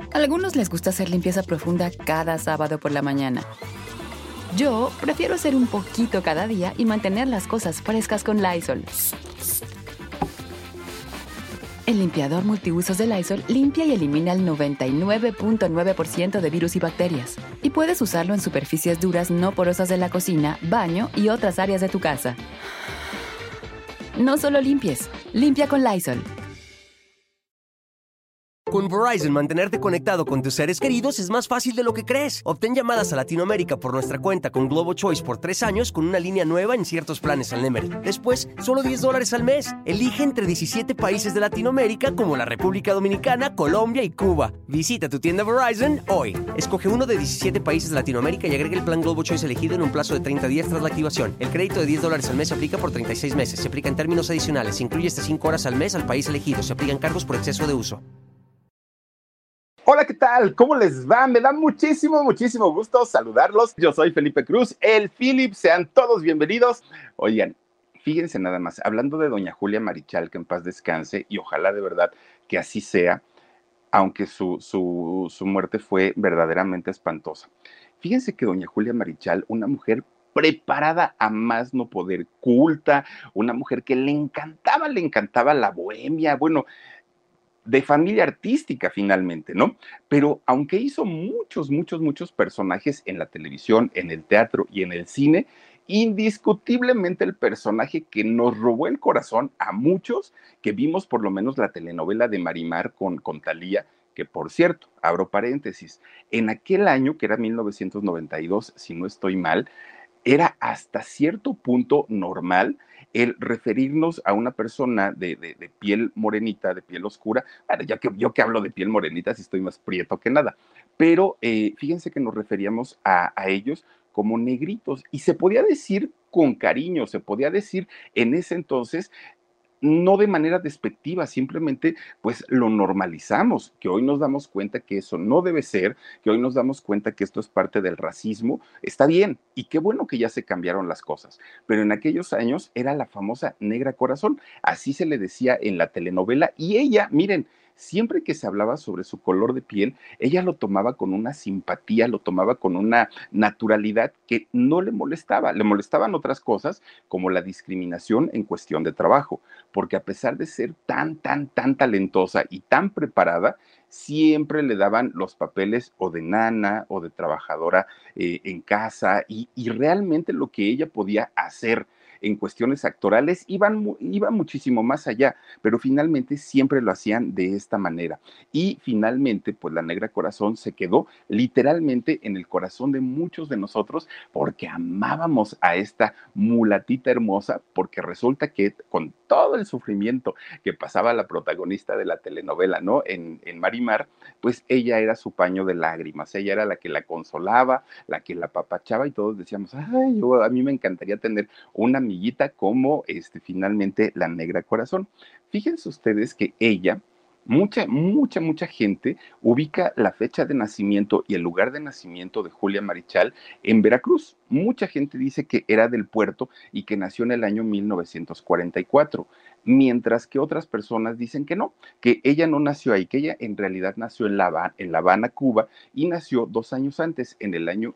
A algunos les gusta hacer limpieza profunda cada sábado por la mañana. Yo prefiero hacer un poquito cada día y mantener las cosas frescas con Lysol. El limpiador multiusos de Lysol limpia y elimina el 99.9% de virus y bacterias. Y puedes usarlo en superficies duras no porosas de la cocina, baño y otras áreas de tu casa. No solo limpies, limpia con Lysol. Con Verizon, mantenerte conectado con tus seres queridos es más fácil de lo que crees. Obtén llamadas a Latinoamérica por nuestra cuenta con Globo Choice por 3 años con una línea nueva en ciertos planes al Nemery. Después, solo $10 al mes. Elige entre 17 países de Latinoamérica como la República Dominicana, Colombia y Cuba. Visita tu tienda Verizon hoy. Escoge uno de 17 países de Latinoamérica y agrega el plan Globo Choice elegido en un plazo de 30 días tras la activación. El crédito de $10 al mes se aplica por 36 meses. Se aplica en términos adicionales. Se incluye hasta 5 horas al mes al país elegido. Se aplican cargos por exceso de uso. Hola, ¿qué tal? ¿Cómo les va? Me da muchísimo gusto saludarlos. Yo soy Felipe Cruz, el Philip. Sean todos bienvenidos. Oigan, fíjense nada más, hablando de doña Julia Marichal, que en paz descanse, y ojalá de verdad que así sea, aunque su muerte fue verdaderamente espantosa. Fíjense que doña Julia Marichal, una mujer preparada a más no poder, culta, una mujer que le encantaba la bohemia, bueno, de familia artística finalmente, ¿no? Pero aunque hizo muchos personajes en la televisión, en el teatro y en el cine, indiscutiblemente el personaje que nos robó el corazón a muchos que vimos por lo menos la telenovela de Marimar con Thalía, que por cierto, abro paréntesis, en aquel año, que era 1992, si no estoy mal, era hasta cierto punto normal el referirnos a una persona de piel morenita, de piel oscura. Bueno, ya que yo que hablo de piel morenita, si estoy más prieto que nada. Pero fíjense que nos referíamos a ellos como negritos y se podía decir con cariño, se podía decir en ese entonces no de manera despectiva, simplemente pues lo normalizamos, que hoy nos damos cuenta que eso no debe ser, que hoy nos damos cuenta que esto es parte del racismo, está bien, y qué bueno que ya se cambiaron las cosas, pero en aquellos años era la famosa negra corazón, así se le decía en la telenovela, y ella, miren, siempre que se hablaba sobre su color de piel, ella lo tomaba con una simpatía, lo tomaba con una naturalidad que no le molestaban otras cosas como la discriminación en cuestión de trabajo porque a pesar de ser tan talentosa y tan preparada, siempre le daban los papeles o de nana o de trabajadora en casa y realmente lo que ella podía hacer en cuestiones actorales iba muchísimo más allá, pero finalmente siempre lo hacían de esta manera. Y finalmente, pues la Negra Corazón se quedó literalmente en el corazón de muchos de nosotros porque amábamos a esta mulatita hermosa, porque resulta que con todo el sufrimiento que pasaba la protagonista de la telenovela, ¿no? En Marimar, pues ella era su paño de lágrimas, ella era la que la consolaba, la que la apapachaba y todos decíamos, ay, a mí me encantaría tener una amiguita como finalmente la Negra Corazón. Fíjense ustedes que ella mucha gente ubica la fecha de nacimiento y el lugar de nacimiento de Julia Marichal en Veracruz. Mucha gente dice que era del puerto y que nació en el año 1944, mientras que otras personas dicen que no, que ella no nació ahí, que ella en realidad nació en La Habana, Cuba, y nació 2 años antes, en el año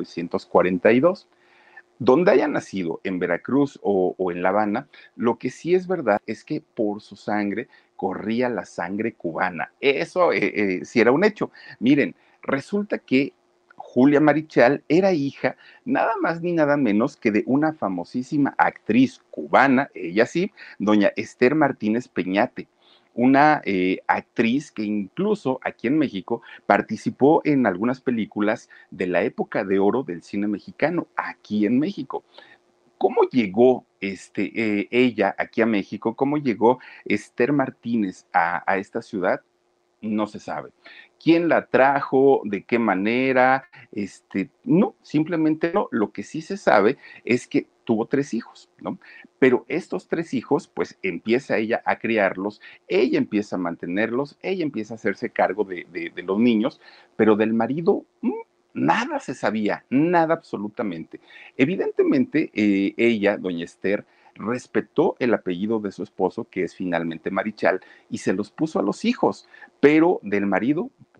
1942. Donde haya nacido, en Veracruz o en La Habana, lo que sí es verdad es que por su sangre corría la sangre cubana. Eso sí era un hecho. Miren, resulta que Julia Marichal era hija nada más ni nada menos que de una famosísima actriz cubana, ella sí, doña Esther Martínez Peñate, una actriz que incluso aquí en México participó en algunas películas de la época de oro del cine mexicano, aquí en México. ¿Cómo llegó ella aquí a México? ¿Cómo llegó Esther Martínez a esta ciudad? No se sabe. ¿Quién la trajo? ¿De qué manera? No, simplemente no. Lo que sí se sabe es que tuvo 3 hijos, ¿no? Pero estos 3 hijos, pues empieza ella a criarlos, ella empieza a mantenerlos, ella empieza a hacerse cargo de los niños, pero del marido, nada se sabía, nada absolutamente. Evidentemente, ella, doña Esther, respetó el apellido de su esposo, que es finalmente Marichal, y se los puso a los hijos, pero del marido,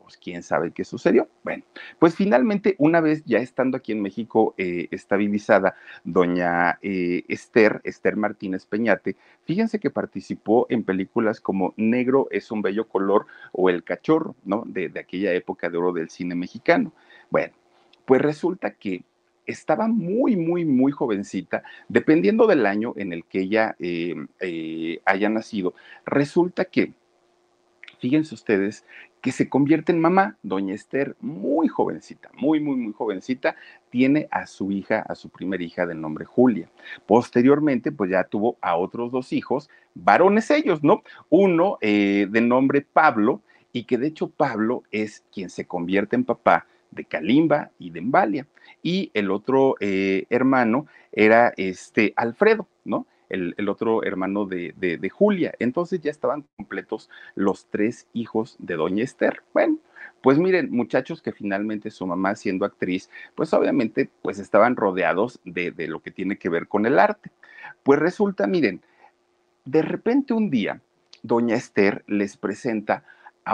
pues quién sabe qué sucedió. Bueno, pues finalmente, una vez ya estando aquí en México estabilizada, doña Esther Martínez Peñate, fíjense que participó en películas como Negro es un bello color o El cachorro, ¿no? De aquella época de oro del cine mexicano. Bueno, pues resulta que estaba muy, muy, muy jovencita, dependiendo del año en el que ella haya nacido, resulta que fíjense ustedes que se convierte en mamá, doña Esther, muy jovencita, muy, muy, muy jovencita, tiene a su hija, a su primera hija de nombre Julia. Posteriormente, pues ya tuvo a otros dos hijos, varones ellos, ¿no? Uno de nombre Pablo, y que de hecho Pablo es quien se convierte en papá de Kalimba y de Embalia. Y el otro hermano era Alfredo, ¿no? El otro hermano de Julia. Entonces ya estaban completos los tres hijos de doña Esther. Bueno, pues miren, muchachos que finalmente su mamá siendo actriz, pues obviamente pues estaban rodeados de lo que tiene que ver con el arte. Pues resulta, miren, de repente un día, doña Esther les presenta a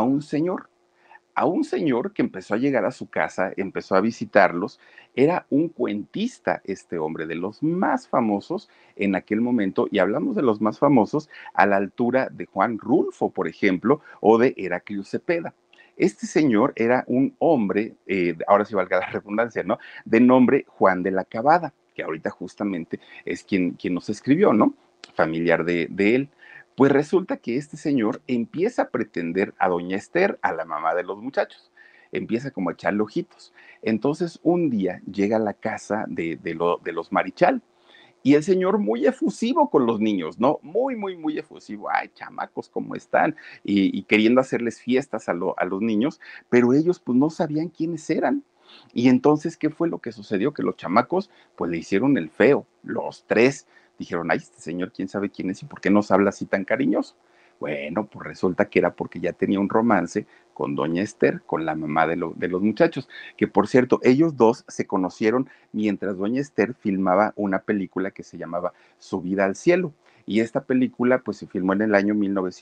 un señor que empezó a llegar a su casa, empezó a visitarlos, era un cuentista, este hombre, de los más famosos en aquel momento, y hablamos de los más famosos a la altura de Juan Rulfo, por ejemplo, o de Heraclio Cepeda. Este señor era un hombre, ahora sí valga la redundancia, ¿no? De nombre Juan de la Cabada, que ahorita justamente es quien nos escribió, ¿no? Familiar de él. Pues resulta que este señor empieza a pretender a doña Esther, a la mamá de los muchachos. Empieza como a echarle ojitos. Entonces un día llega a la casa de los Marichal y el señor muy efusivo con los niños, ¿no? Muy, muy, muy efusivo. Ay, chamacos, ¿cómo están? Y queriendo hacerles fiestas a los niños, pero ellos pues no sabían quiénes eran. Y entonces, ¿qué fue lo que sucedió? Que los chamacos pues le hicieron el feo, los tres. Dijeron, ay, este señor, quién sabe quién es y por qué nos habla así tan cariñoso. Bueno, pues resulta que era porque ya tenía un romance con doña Esther, con la mamá de los muchachos, que por cierto, ellos dos se conocieron mientras doña Esther filmaba una película que se llamaba Subida al cielo. Y esta película pues se filmó en el año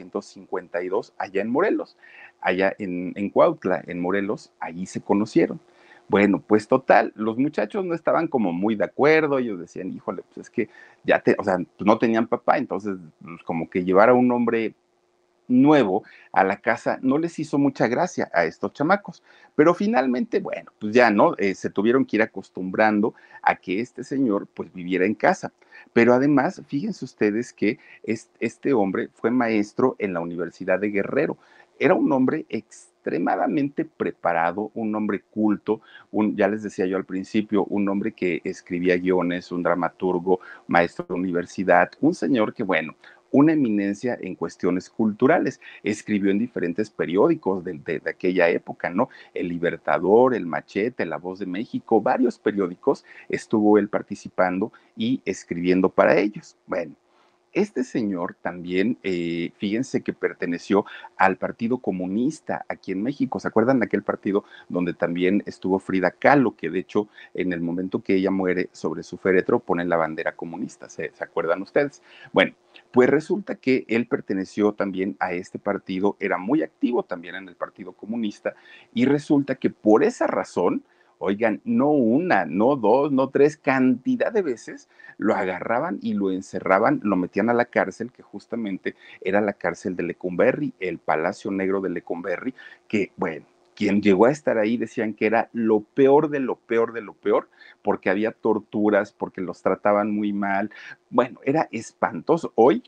1952 allá en Morelos, allá en Cuautla, en Morelos, allí se conocieron. Bueno, pues total, los muchachos no estaban como muy de acuerdo, ellos decían, híjole, pues es que o sea, pues no tenían papá, entonces pues como que llevar a un hombre nuevo a la casa no les hizo mucha gracia a estos chamacos, pero finalmente, bueno, pues ya no, se tuvieron que ir acostumbrando a que este señor pues viviera en casa. Pero además, fíjense ustedes que este hombre fue maestro en la Universidad de Guerrero. Era un hombre extremadamente preparado, un hombre culto, ya les decía yo al principio, un hombre que escribía guiones, un dramaturgo, maestro de universidad, un señor que, bueno, una eminencia en cuestiones culturales. Escribió en diferentes periódicos de aquella época, ¿no? El Libertador, El Machete, La Voz de México, varios periódicos estuvo él participando y escribiendo para ellos. Bueno, este señor también, fíjense que perteneció al Partido Comunista aquí en México. ¿Se acuerdan de aquel partido donde también estuvo Frida Kahlo, que de hecho en el momento que ella muere sobre su féretro ponen la bandera comunista? ¿Se acuerdan ustedes? Bueno, pues resulta que él perteneció también a este partido, era muy activo también en el Partido Comunista y resulta que por esa razón, oigan, no una, no dos, no tres, cantidad de veces lo agarraban y lo encerraban, lo metían a la cárcel, que justamente era la cárcel de Lecumberri, el Palacio Negro de Lecumberri, que, bueno, quien llegó a estar ahí decían que era lo peor de lo peor de lo peor, porque había torturas, porque los trataban muy mal. Bueno, era espantoso. Hoy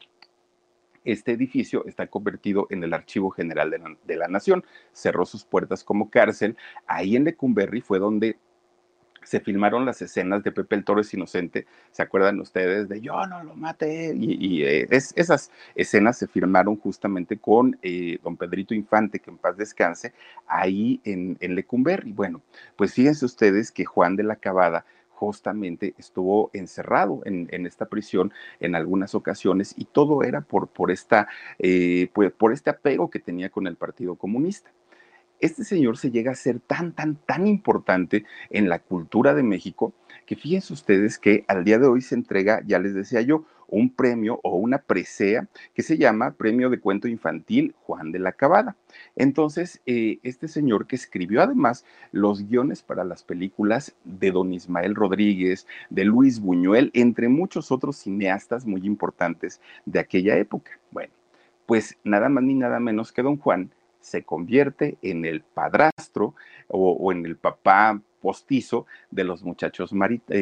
este edificio está convertido en el Archivo General de la Nación, cerró sus puertas como cárcel. Ahí en Lecumberri fue donde se filmaron las escenas de Pepe el Toro es Inocente, ¿se acuerdan ustedes? De yo no lo maté, esas escenas se filmaron justamente con don Pedrito Infante, que en paz descanse, ahí en Lecumberri. Bueno, pues fíjense ustedes que Juan de la Cabada justamente estuvo encerrado en esta prisión en algunas ocasiones y todo era por este apego que tenía con el Partido Comunista. este señor se llega a ser tan importante en la cultura de México que fíjense ustedes que al día de hoy se entrega, ya les decía yo, un premio o una presea que se llama Premio de Cuento Infantil Juan de la Cabada. Entonces, este señor que escribió además los guiones para las películas de don Ismael Rodríguez, de Luis Buñuel, entre muchos otros cineastas muy importantes de aquella época. Bueno, pues nada más ni nada menos que don Juan se convierte en el padrastro o en el papá postizo de los muchachos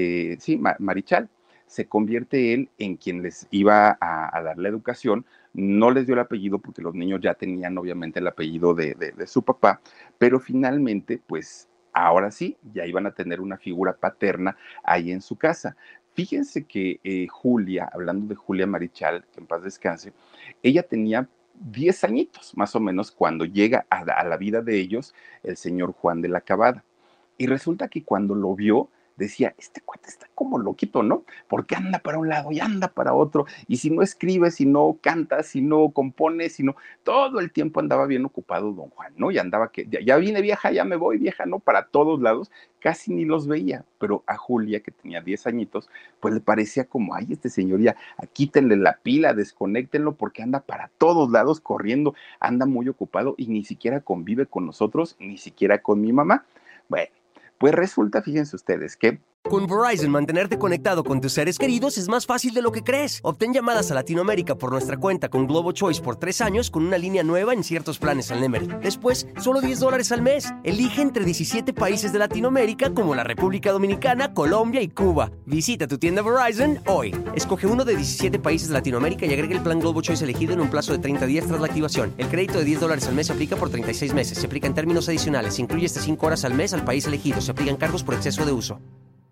Marichal. Se convierte él en quien les iba a dar la educación. No les dio el apellido porque los niños ya tenían obviamente el apellido de su papá, pero finalmente, pues ahora sí, ya iban a tener una figura paterna ahí en su casa. Fíjense que Julia, hablando de Julia Marichal, que en paz descanse, ella tenía 10 añitos, más o menos, cuando llega a la vida de ellos el señor Juan de la Cabada. Y resulta que cuando lo vio, decía, este cuate está como loquito, ¿no? Porque anda para un lado y anda para otro, y si no escribe, si no canta, si no compone, si no, todo el tiempo andaba bien ocupado don Juan, ¿no? Y andaba que, ya vine vieja, ya me voy vieja, ¿no? Para todos lados, casi ni los veía, pero a Julia, que tenía 10 añitos, pues le parecía como, ay, este señor ya, quítenle la pila, desconéctenlo, porque anda para todos lados corriendo, anda muy ocupado y ni siquiera convive con nosotros, ni siquiera con mi mamá. Bueno, pues resulta, fíjense ustedes, que Con Verizon, mantenerte conectado con tus seres queridos es más fácil de lo que crees. Obtén llamadas a Latinoamérica por nuestra cuenta con Globo Choice por 3 años con una línea nueva en ciertos planes al Nemery. Después, solo $10 al mes. Elige entre 17 países de Latinoamérica como la República Dominicana, Colombia y Cuba. Visita tu tienda Verizon hoy. Escoge uno de 17 países de Latinoamérica y agrega el plan Globo Choice elegido en un plazo de 30 días tras la activación. El crédito de $10 al mes se aplica por 36 meses. Se aplica en términos adicionales. Se incluye hasta 5 horas al mes al país elegido. Se aplican cargos por exceso de uso.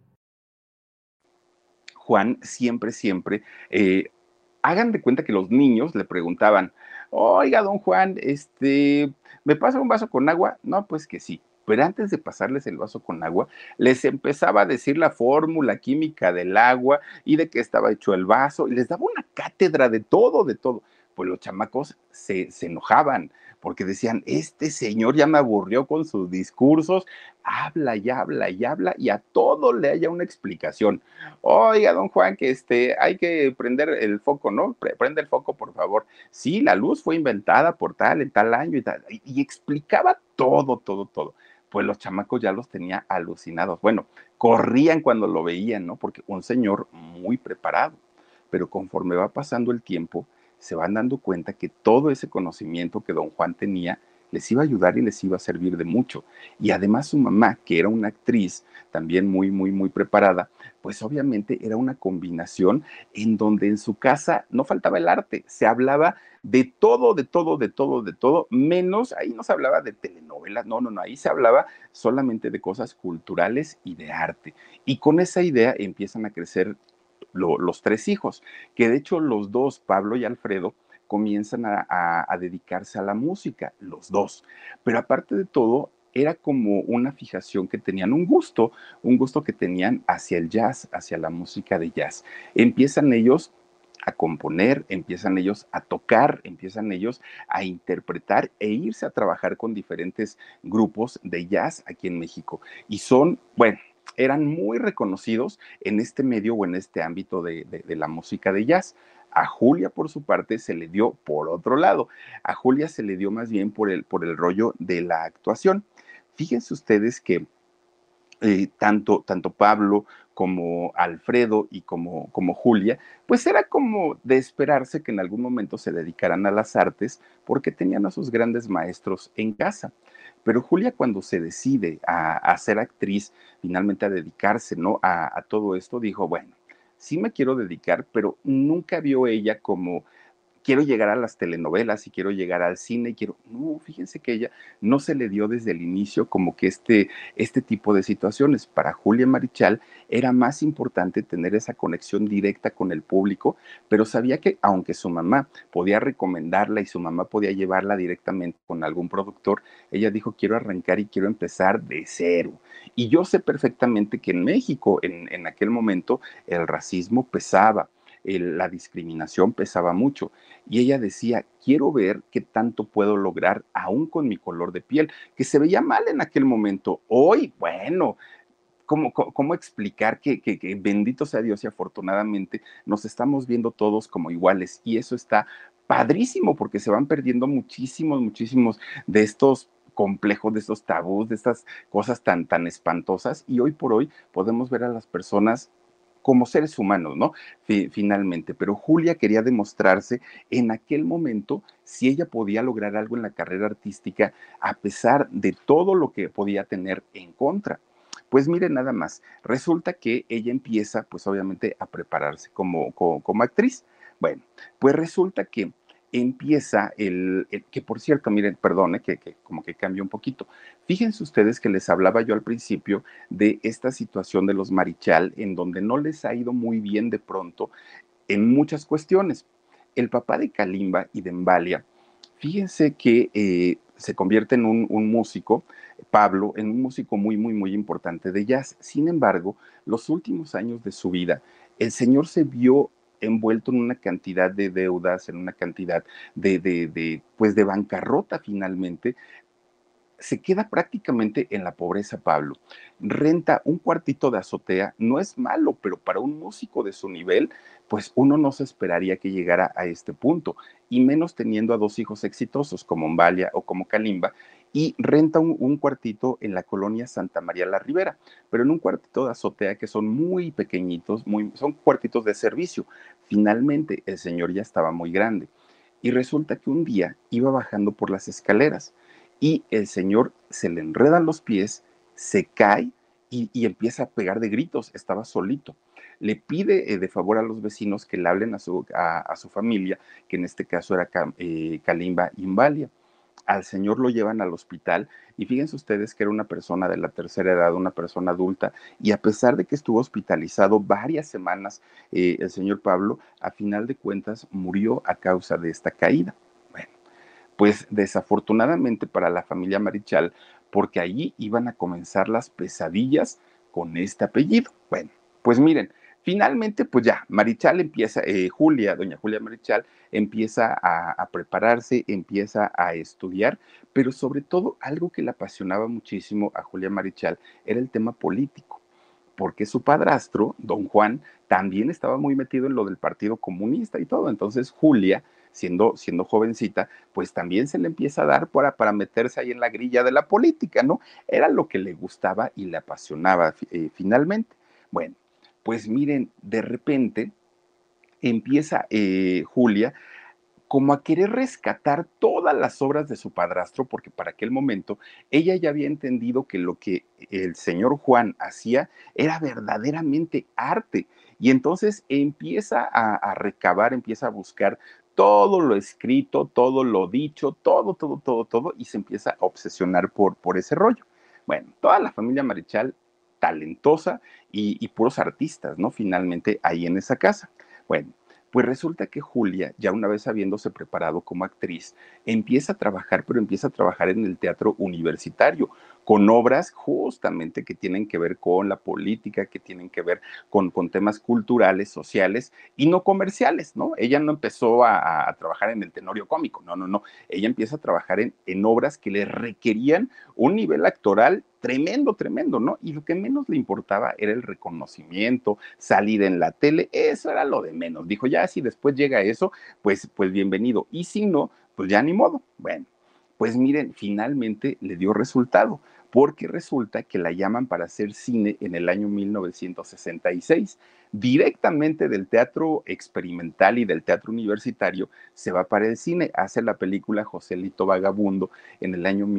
Juan siempre, hagan de cuenta que los niños le preguntaban, oiga, don Juan, ¿me pasa un vaso con agua? No, pues que sí. Pero antes de pasarles el vaso con agua, les empezaba a decir la fórmula química del agua y de qué estaba hecho el vaso, y les daba una cátedra de todo, de todo. Pues los chamacos se enojaban porque decían, este señor ya me aburrió con sus discursos, habla y habla y habla y a todo le haya una explicación. Oiga, don Juan, que hay que prender el foco, ¿no? Prende el foco, por favor. Sí, la luz fue inventada por tal, en tal año y tal. Y explicaba todo. Pues los chamacos ya los tenía alucinados. Bueno, corrían cuando lo veían, ¿no? Porque un señor muy preparado. Pero conforme va pasando el tiempo, se van dando cuenta que todo ese conocimiento que don Juan tenía les iba a ayudar y les iba a servir de mucho. Y además su mamá, que era una actriz también muy preparada, pues obviamente era una combinación en donde en su casa no faltaba el arte, se hablaba de todo, menos, ahí no se hablaba de telenovelas, no, ahí se hablaba solamente de cosas culturales y de arte. Y con esa idea empiezan a crecer los 3 hijos, que de hecho los dos, Pablo y Alfredo, comienzan a dedicarse a la música, los dos. Pero aparte de todo, era como una fijación que tenían, un gusto que tenían hacia el jazz, hacia la música de jazz. Empiezan ellos a componer, empiezan ellos a tocar, empiezan ellos a interpretar e irse a trabajar con diferentes grupos de jazz aquí en México. Y son, bueno, eran muy reconocidos en este medio o en este ámbito de la música de jazz. A Julia, por su parte, se le dio por otro lado. A Julia se le dio más bien por el rollo de la actuación. Fíjense ustedes que tanto Pablo como Alfredo y como Julia, pues era como de esperarse que en algún momento se dedicaran a las artes porque tenían a sus grandes maestros en casa. Pero Julia, cuando se decide a ser actriz, finalmente a dedicarse, ¿no? A todo esto, dijo, bueno, sí me quiero dedicar, pero nunca vio ella como quiero llegar a las telenovelas y quiero llegar al cine y quiero, no, fíjense que ella no se le dio desde el inicio como que este tipo de situaciones. Para Julia Marichal era más importante tener esa conexión directa con el público, pero sabía que aunque su mamá podía recomendarla y su mamá podía llevarla directamente con algún productor, ella dijo, quiero arrancar y quiero empezar de cero. Y yo sé perfectamente que en México, en aquel momento, el racismo pesaba. la discriminación pesaba mucho. Y ella decía, quiero ver qué tanto puedo lograr aún con mi color de piel, que se veía mal en aquel momento. Hoy, bueno, ¿cómo explicar que bendito sea Dios y afortunadamente nos estamos viendo todos como iguales? Y eso está padrísimo porque se van perdiendo muchísimos de estos complejos, de estos tabús, de estas cosas tan espantosas. Y hoy por hoy podemos ver a las personas como seres humanos, ¿no? Finalmente, pero Julia quería demostrarse en aquel momento si ella podía lograr algo en la carrera artística a pesar de todo lo que podía tener en contra. Pues mire nada más, resulta que ella empieza, pues obviamente, a prepararse como actriz. Bueno, pues resulta que empieza que por cierto, miren, perdone que como que cambia un poquito. Fíjense ustedes que les hablaba yo al principio de esta situación de los Marichal, en donde no les ha ido muy bien de pronto en muchas cuestiones. El papá de Kalimba y de Mbalia, fíjense que se convierte en un músico, Pablo, en un músico muy importante de jazz. Sin embargo, los últimos años de su vida, el señor se vio envuelto en una cantidad de deudas, en una cantidad pues de bancarrota finalmente, se queda prácticamente en la pobreza, Pablo. Renta un cuartito de azotea, no es malo, pero para un músico de su nivel, pues uno no se esperaría que llegara a este punto, y menos teniendo a dos hijos exitosos como Mbalia o como Kalimba, y renta un cuartito en la colonia Santa María la Ribera, pero en un cuartito de azotea que son muy pequeñitos, son cuartitos de servicio. Finalmente, el señor ya estaba muy grande, y resulta que un día iba bajando por las escaleras, y el señor se le enredan los pies, se cae y empieza a pegar de gritos, estaba solito. Le pide de favor a los vecinos que le hablen a su familia, que en este caso era Kalimba Imbalia. Al señor lo llevan al hospital y fíjense ustedes que era una persona de la tercera edad, una persona adulta, y a pesar de que estuvo hospitalizado varias semanas, el señor Pablo, a final de cuentas, murió a causa de esta caída. Bueno, pues desafortunadamente para la familia Marichal, porque allí iban a comenzar las pesadillas con este apellido. Bueno, pues miren, finalmente pues ya, Marichal empieza, doña Julia Marichal empieza a prepararse, empieza a estudiar, pero sobre todo algo que le apasionaba muchísimo a Julia Marichal era el tema político, porque su padrastro, don Juan, también estaba muy metido en lo del Partido Comunista y todo. Entonces Julia, siendo jovencita, pues también se le empieza a dar para meterse ahí en la grilla de la política, ¿no? Era lo que le gustaba y le apasionaba finalmente. Bueno, pues miren, de repente empieza Julia como a querer rescatar todas las obras de su padrastro, porque para aquel momento ella ya había entendido que lo que el señor Juan hacía era verdaderamente arte. Y entonces empieza a recabar, empieza a buscar todo lo escrito, todo lo dicho, todo, y se empieza a obsesionar por ese rollo. Bueno, toda la familia Marichal talentosa y puros artistas, ¿no? Finalmente ahí en esa casa. Bueno, pues resulta que Julia, ya una vez habiéndose preparado como actriz, empieza a trabajar, pero empieza a trabajar en el teatro universitario, con obras justamente que tienen que ver con la política, que tienen que ver con temas culturales, sociales y no comerciales, ¿no? Ella no empezó a trabajar en el tenorio cómico, no. Ella empieza a trabajar en obras que le requerían un nivel actoral tremendo, ¿no? Y lo que menos le importaba era el reconocimiento, salir en la tele, eso era lo de menos. Dijo, ya si después llega eso, pues bienvenido. Y si no, pues ya ni modo. Bueno, pues miren, finalmente le dio resultado, porque resulta que la llaman para hacer cine en el año 1966. Directamente del teatro experimental y del teatro universitario se va para el cine, hace la película Joselito Vagabundo en el año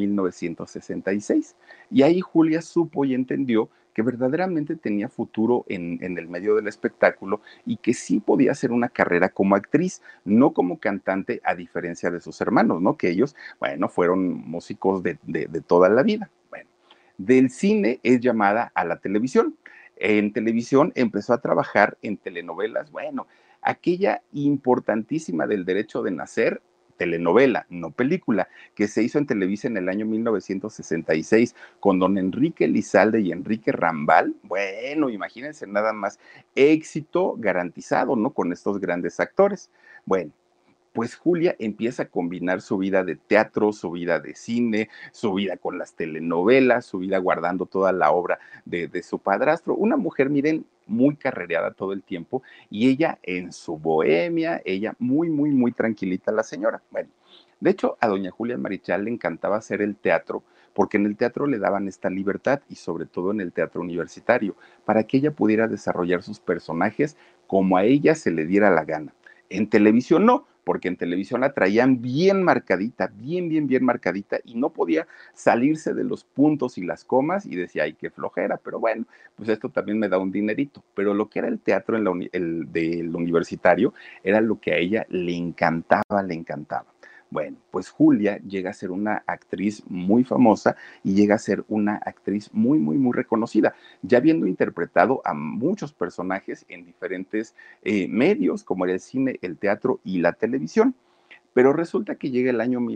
1966. Y ahí Julia supo y entendió que verdaderamente tenía futuro en el medio del espectáculo y que sí podía hacer una carrera como actriz, no como cantante, a diferencia de sus hermanos, ¿no? Que ellos, bueno, fueron músicos de toda la vida. Bueno, del cine es llamada a la televisión. En televisión empezó a trabajar en telenovelas, bueno, aquella importantísima del derecho de nacer, telenovela, no película, que se hizo en Televisa en el año 1966 con don Enrique Lizalde y Enrique Rambal. Bueno, imagínense nada más, éxito garantizado, ¿no? Con estos grandes actores. Bueno, pues Julia empieza a combinar su vida de teatro, su vida de cine, su vida con las telenovelas, su vida guardando toda la obra de su padrastro. Una mujer, miren, muy carrereada todo el tiempo y ella en su bohemia, ella muy, muy, muy tranquilita la señora. Bueno, de hecho, a doña Julia Marichal le encantaba hacer el teatro porque en el teatro le daban esta libertad y sobre todo en el teatro universitario, para que ella pudiera desarrollar sus personajes como a ella se le diera la gana. En televisión no, porque en televisión la traían bien marcadita, bien, bien, bien marcadita y no podía salirse de los puntos y las comas y decía, ay, qué flojera, pero bueno, pues esto también me da un dinerito. Pero lo que era el teatro en del universitario era lo que a ella le encantaba, le encantaba. Bueno, pues Julia llega a ser una actriz muy famosa y llega a ser una actriz muy, muy, muy reconocida, ya habiendo interpretado a muchos personajes en diferentes medios, como era el cine, el teatro y la televisión. Pero resulta que llega el año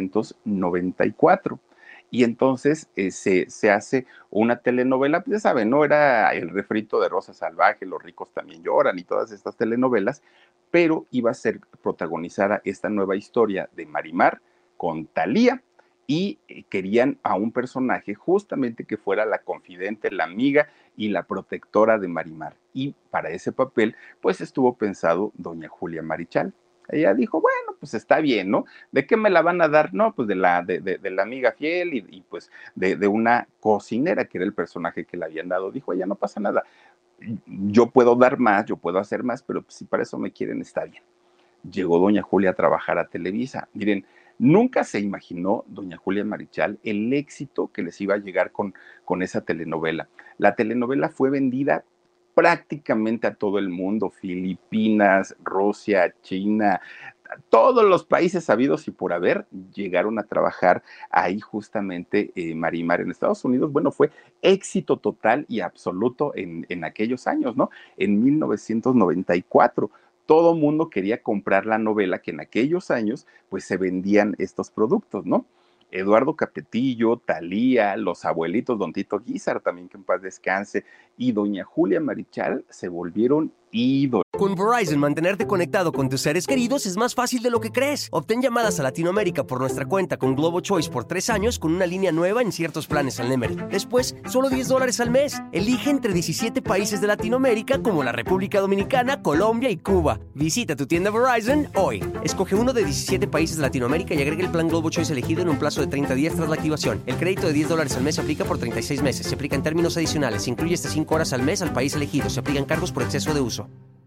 1994 y entonces se hace una telenovela, pues ya saben, ¿no? Era el refrito de Rosa Salvaje, Los ricos también lloran y todas estas telenovelas, pero iba a ser protagonizada esta nueva historia de Marimar con Thalía y querían a un personaje justamente que fuera la confidente, la amiga y la protectora de Marimar. Y para ese papel, pues estuvo pensado doña Julia Marichal. Ella dijo, bueno, pues está bien, ¿no? ¿De qué me la van a dar? No, pues de la amiga fiel y pues de una cocinera, que era el personaje que le habían dado. Dijo, ella no pasa nada, yo puedo dar más, yo puedo hacer más, pero si para eso me quieren, está bien. Llegó doña Julia a trabajar a Televisa. Miren, nunca se imaginó doña Julia Marichal el éxito que les iba a llegar con esa telenovela. La telenovela fue vendida prácticamente a todo el mundo, Filipinas, Rusia, China, todos los países sabidos y por haber llegaron a trabajar ahí justamente Marimar en Estados Unidos. Bueno, fue éxito total y absoluto en aquellos años, ¿no? En 1994 todo mundo quería comprar la novela que en aquellos años pues se vendían estos productos, ¿no? Eduardo Capetillo, Thalía, los abuelitos, don Tito Guízar, también que en paz descanse, y doña Julia Marichal se volvieron ídolos. Con Verizon, mantenerte conectado con tus seres queridos es más fácil de lo que crees. Obtén llamadas a Latinoamérica por nuestra cuenta con Globo Choice por 3 años con una línea nueva en ciertos planes al Nemery. Después, solo $10 al mes. Elige entre 17 países de Latinoamérica como la República Dominicana, Colombia y Cuba. Visita tu tienda Verizon hoy. Escoge uno de 17 países de Latinoamérica y agrega el plan Globo Choice elegido en un plazo de 30 días tras la activación. El crédito de $10 al mes se aplica por 36 meses. Se aplica en términos adicionales. Se incluye hasta 5 horas al mes al país elegido. Se aplican cargos por exceso de uso.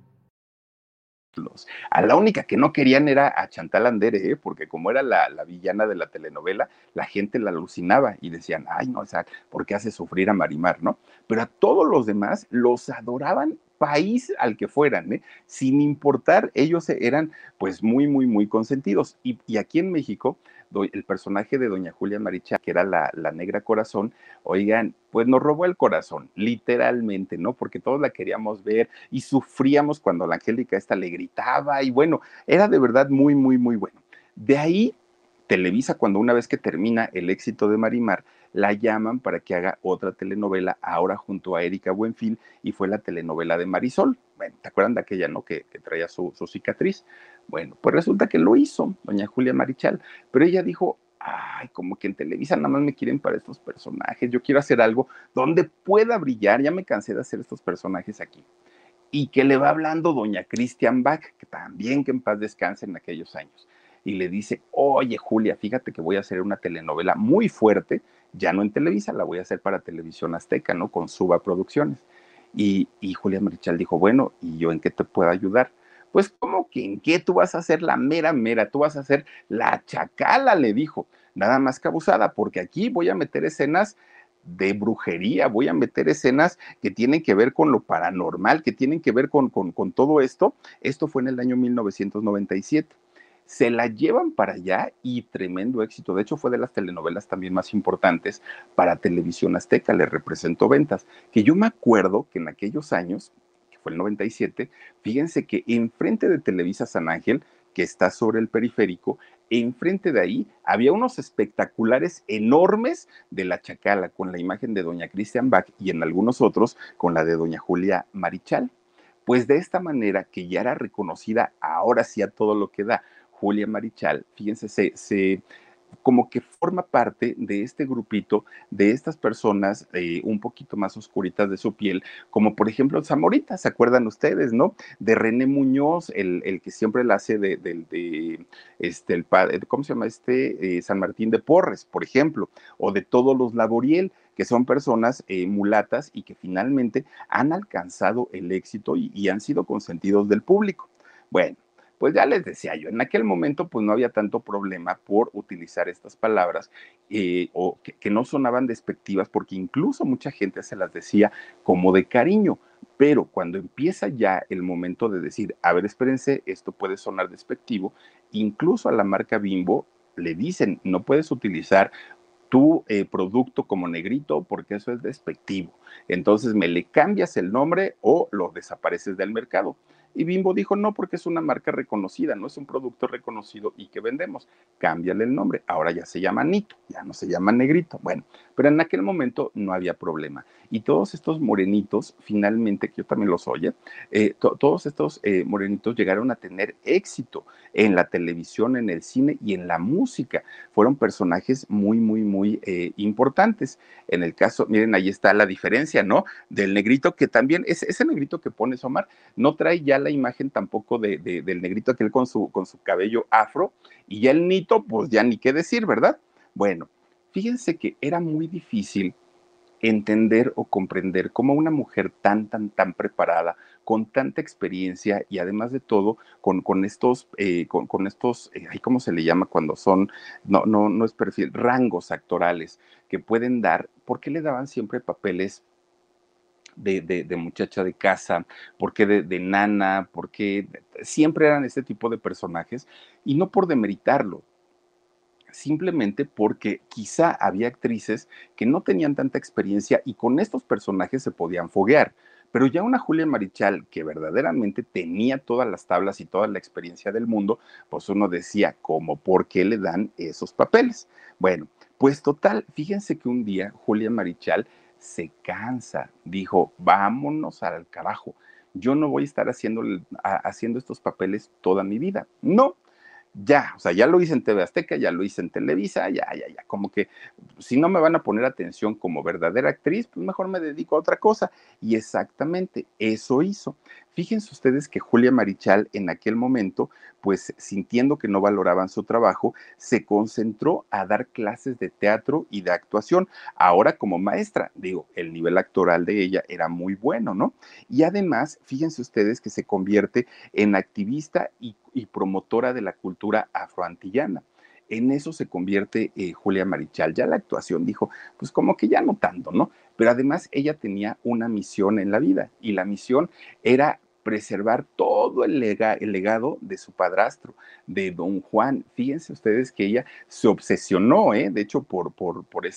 A la única que no querían era a Chantal Andere, porque como era la villana de la telenovela, la gente la alucinaba y decían, ay, no, o sea, ¿por qué hace sufrir a Marimar, no? Pero a todos los demás los adoraban, país al que fueran, ¿eh? Sin importar, ellos eran pues muy, muy, muy consentidos. Y aquí en México, el personaje de doña Julia Marichal, que era la Negra Corazón, oigan, pues nos robó el corazón, literalmente, ¿no? Porque todos la queríamos ver y sufríamos cuando la Angélica esta le gritaba y bueno, era de verdad muy, muy, muy bueno. De ahí, Televisa, cuando una vez que termina el éxito de Marimar, la llaman para que haga otra telenovela, ahora junto a Erika Buenfil, y fue la telenovela de Marisol. Bueno, ¿te acuerdan de aquella, no? Que traía su cicatriz. Bueno, pues resulta que lo hizo doña Julia Marichal, pero ella dijo, ay, como que en Televisa nada más me quieren para estos personajes, yo quiero hacer algo donde pueda brillar, ya me cansé de hacer estos personajes aquí. Y que le va hablando doña Christian Bach, que también que en paz descanse en aquellos años, y le dice, oye Julia, fíjate que voy a hacer una telenovela muy fuerte, ya no en Televisa, la voy a hacer para Televisión Azteca, ¿no? Con Suba Producciones. Y Julia Marichal dijo, bueno, ¿y yo en qué te puedo ayudar? Pues, ¿cómo que en qué? Tú vas a ser la mera mera, tú vas a ser la chacala, le dijo, nada más que abusada, porque aquí voy a meter escenas de brujería, voy a meter escenas que tienen que ver con lo paranormal, que tienen que ver con todo esto. Esto fue en el año 1997. Se la llevan para allá y tremendo éxito. De hecho, fue de las telenovelas también más importantes para Televisión Azteca, le representó ventas. Que yo me acuerdo que en aquellos años, que fue el 97, fíjense que enfrente de Televisa San Ángel que está sobre el periférico, enfrente de ahí había unos espectaculares enormes de la Chacala con la imagen de doña Christian Bach y en algunos otros con la de doña Julia Marichal. Pues de esta manera, que ya era reconocida ahora sí a todo lo que da Julia Marichal, fíjense, como que forma parte de este grupito, de estas personas un poquito más oscuritas de su piel, como por ejemplo Zamorita, ¿se acuerdan ustedes, no? De René Muñoz, el que siempre la hace el padre, ¿cómo se llama San Martín de Porres, por ejemplo, o de todos los Laboriel, que son personas mulatas y que finalmente han alcanzado el éxito y han sido consentidos del público. Bueno, pues ya les decía yo, en aquel momento pues no había tanto problema por utilizar estas palabras o que no sonaban despectivas porque incluso mucha gente se las decía como de cariño, pero cuando empieza ya el momento de decir, a ver, espérense, esto puede sonar despectivo, incluso a la marca Bimbo le dicen, no puedes utilizar tu producto como negrito porque eso es despectivo. Entonces me le cambias el nombre o lo desapareces del mercado. Y Bimbo dijo, no, porque es una marca reconocida, no es un producto reconocido y que vendemos. Cámbiale el nombre. Ahora ya se llama Nito, ya no se llama Negrito. Bueno, pero en aquel momento no había problema. Y todos estos morenitos, finalmente, que yo también los oye, todos estos morenitos llegaron a tener éxito en la televisión, en el cine y en la música. Fueron personajes muy, muy, muy importantes. En el caso, miren, ahí está la diferencia, ¿no? Del negrito que también, ese negrito que pones, Omar, no trae ya la imagen tampoco del negrito aquel con su cabello afro, y ya el Nito, pues ya ni qué decir, ¿verdad? Bueno, fíjense que era muy difícil entender o comprender cómo una mujer tan preparada, con tanta experiencia y además de todo, con estos, ¿cómo se le llama cuando son, no es perfil, rangos actorales que pueden dar, ¿por qué le daban siempre papeles de muchacha de casa, por qué de nana, por qué siempre eran este tipo de personajes? Y no por demeritarlo, simplemente porque quizá había actrices que no tenían tanta experiencia y con estos personajes se podían foguear. Pero ya una Julia Marichal que verdaderamente tenía todas las tablas y toda la experiencia del mundo, pues uno decía, ¿cómo por qué le dan esos papeles? Bueno, pues total, fíjense que un día Julia Marichal se cansa, dijo, vámonos al carajo, yo no voy a estar haciendo estos papeles toda mi vida. No, ya, o sea, ya lo hice en TV Azteca, ya lo hice en Televisa, ya, como que si no me van a poner atención como verdadera actriz, pues mejor me dedico a otra cosa. Y exactamente eso hizo. Fíjense ustedes que Julia Marichal en aquel momento, pues sintiendo que no valoraban su trabajo, se concentró a dar clases de teatro y de actuación. Ahora como maestra, digo, el nivel actoral de ella era muy bueno, ¿no? Y además, fíjense ustedes que se convierte en activista y promotora de la cultura afroantillana. En eso se convierte Julia Marichal. Ya la actuación dijo, pues como que ya no tanto, ¿no? Pero además ella tenía una misión en la vida y la misión era preservar todo el legado de su padrastro, de don Juan. Fíjense ustedes que ella se obsesionó, de hecho, por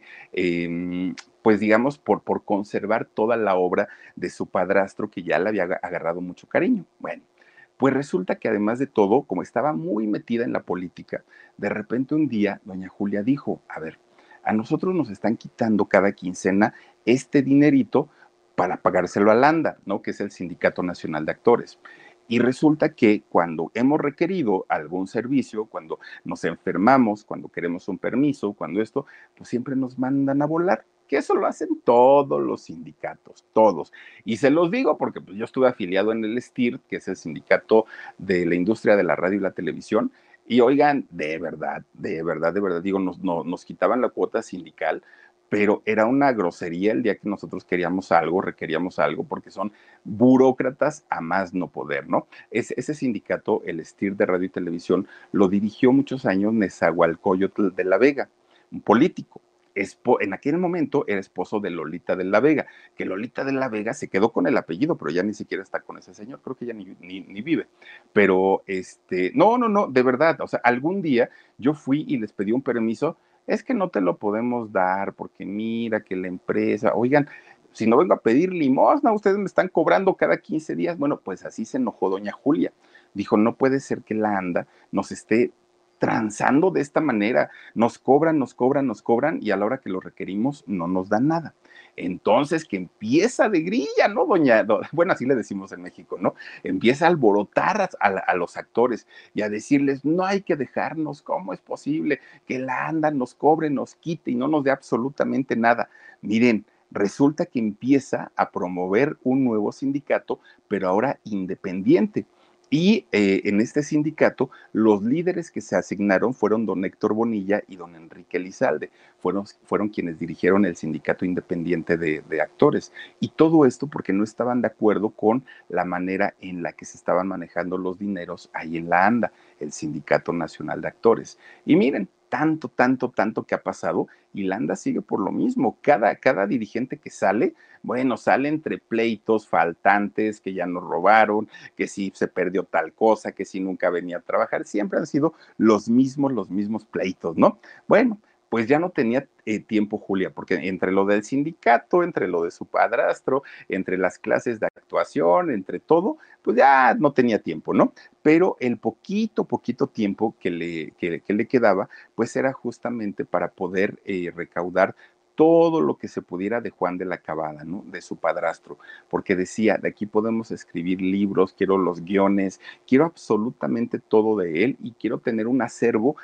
pues digamos, por conservar toda la obra de su padrastro que ya le había agarrado mucho cariño. Bueno, pues resulta que además de todo, como estaba muy metida en la política, de repente un día doña Julia dijo, a ver, a nosotros nos están quitando cada quincena este dinerito para pagárselo a Landa, ¿no? Que es el Sindicato Nacional de Actores. Y resulta que cuando hemos requerido algún servicio, cuando nos enfermamos, cuando queremos un permiso, cuando esto, pues siempre nos mandan a volar, que eso lo hacen todos los sindicatos, todos. Y se los digo porque pues, yo estuve afiliado en el STIR, que es el sindicato de la industria de la radio y la televisión, y oigan, de verdad, digo, nos quitaban la cuota sindical, pero era una grosería el día que nosotros queríamos algo, requeríamos algo, porque son burócratas a más no poder, ¿no? Ese sindicato, el STIR de radio y televisión, lo dirigió muchos años Nezahualcóyotl de la Vega, un político. En aquel momento era esposo de Lolita de la Vega, que Lolita de la Vega se quedó con el apellido, pero ya ni siquiera está con ese señor, creo que ya ni vive. Pero, no, de verdad, o sea, algún día yo fui y les pedí un permiso, es que no te lo podemos dar, porque mira que la empresa, oigan, si no vengo a pedir limosna, ustedes me están cobrando cada 15 días, bueno, pues así se enojó doña Julia. Dijo, no puede ser que la ANDA nos esté transando de esta manera. Nos cobran, nos cobran, nos cobran y a la hora que lo requerimos no nos dan nada. Entonces que empieza de grilla, ¿no, bueno, así le decimos en México, ¿no? Empieza a alborotar a los actores y a decirles, no hay que dejarnos, ¿cómo es posible que la ANDA nos cobre, nos quite y no nos dé absolutamente nada? Miren, resulta que empieza a promover un nuevo sindicato, pero ahora independiente. Y en este sindicato, los líderes que se asignaron fueron don Héctor Bonilla y don Enrique Elizalde. Fueron quienes dirigieron el sindicato independiente de actores. Y todo esto porque no estaban de acuerdo con la manera en la que se estaban manejando los dineros ahí en la ANDA, el Sindicato Nacional de Actores. Y miren, tanto, tanto, tanto que ha pasado y la ANDA sigue por lo mismo. Cada dirigente que sale, bueno, sale entre pleitos, faltantes, que ya nos robaron, que si se perdió tal cosa, que si nunca venía a trabajar, siempre han sido los mismos pleitos, ¿no? Bueno, pues ya no tenía tiempo Julia, porque entre lo del sindicato, entre lo de su padrastro, entre las clases de actuación, entre todo, pues ya no tenía tiempo, ¿no? Pero el poquito tiempo que le quedaba, pues era justamente para poder recaudar todo lo que se pudiera de Juan de la Cabada, ¿no? De su padrastro, porque decía, de aquí podemos escribir libros, quiero los guiones, quiero absolutamente todo de él y quiero tener un acervo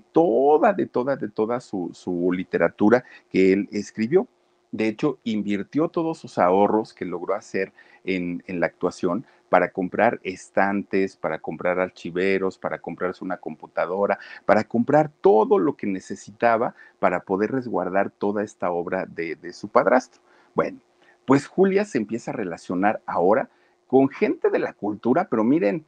de toda su literatura que él escribió. De hecho, invirtió todos sus ahorros que logró hacer en la actuación para comprar estantes, para comprar archiveros, para comprarse una computadora, para comprar todo lo que necesitaba para poder resguardar toda esta obra de su padrastro. Bueno, pues Julia se empieza a relacionar ahora con gente de la cultura, pero miren,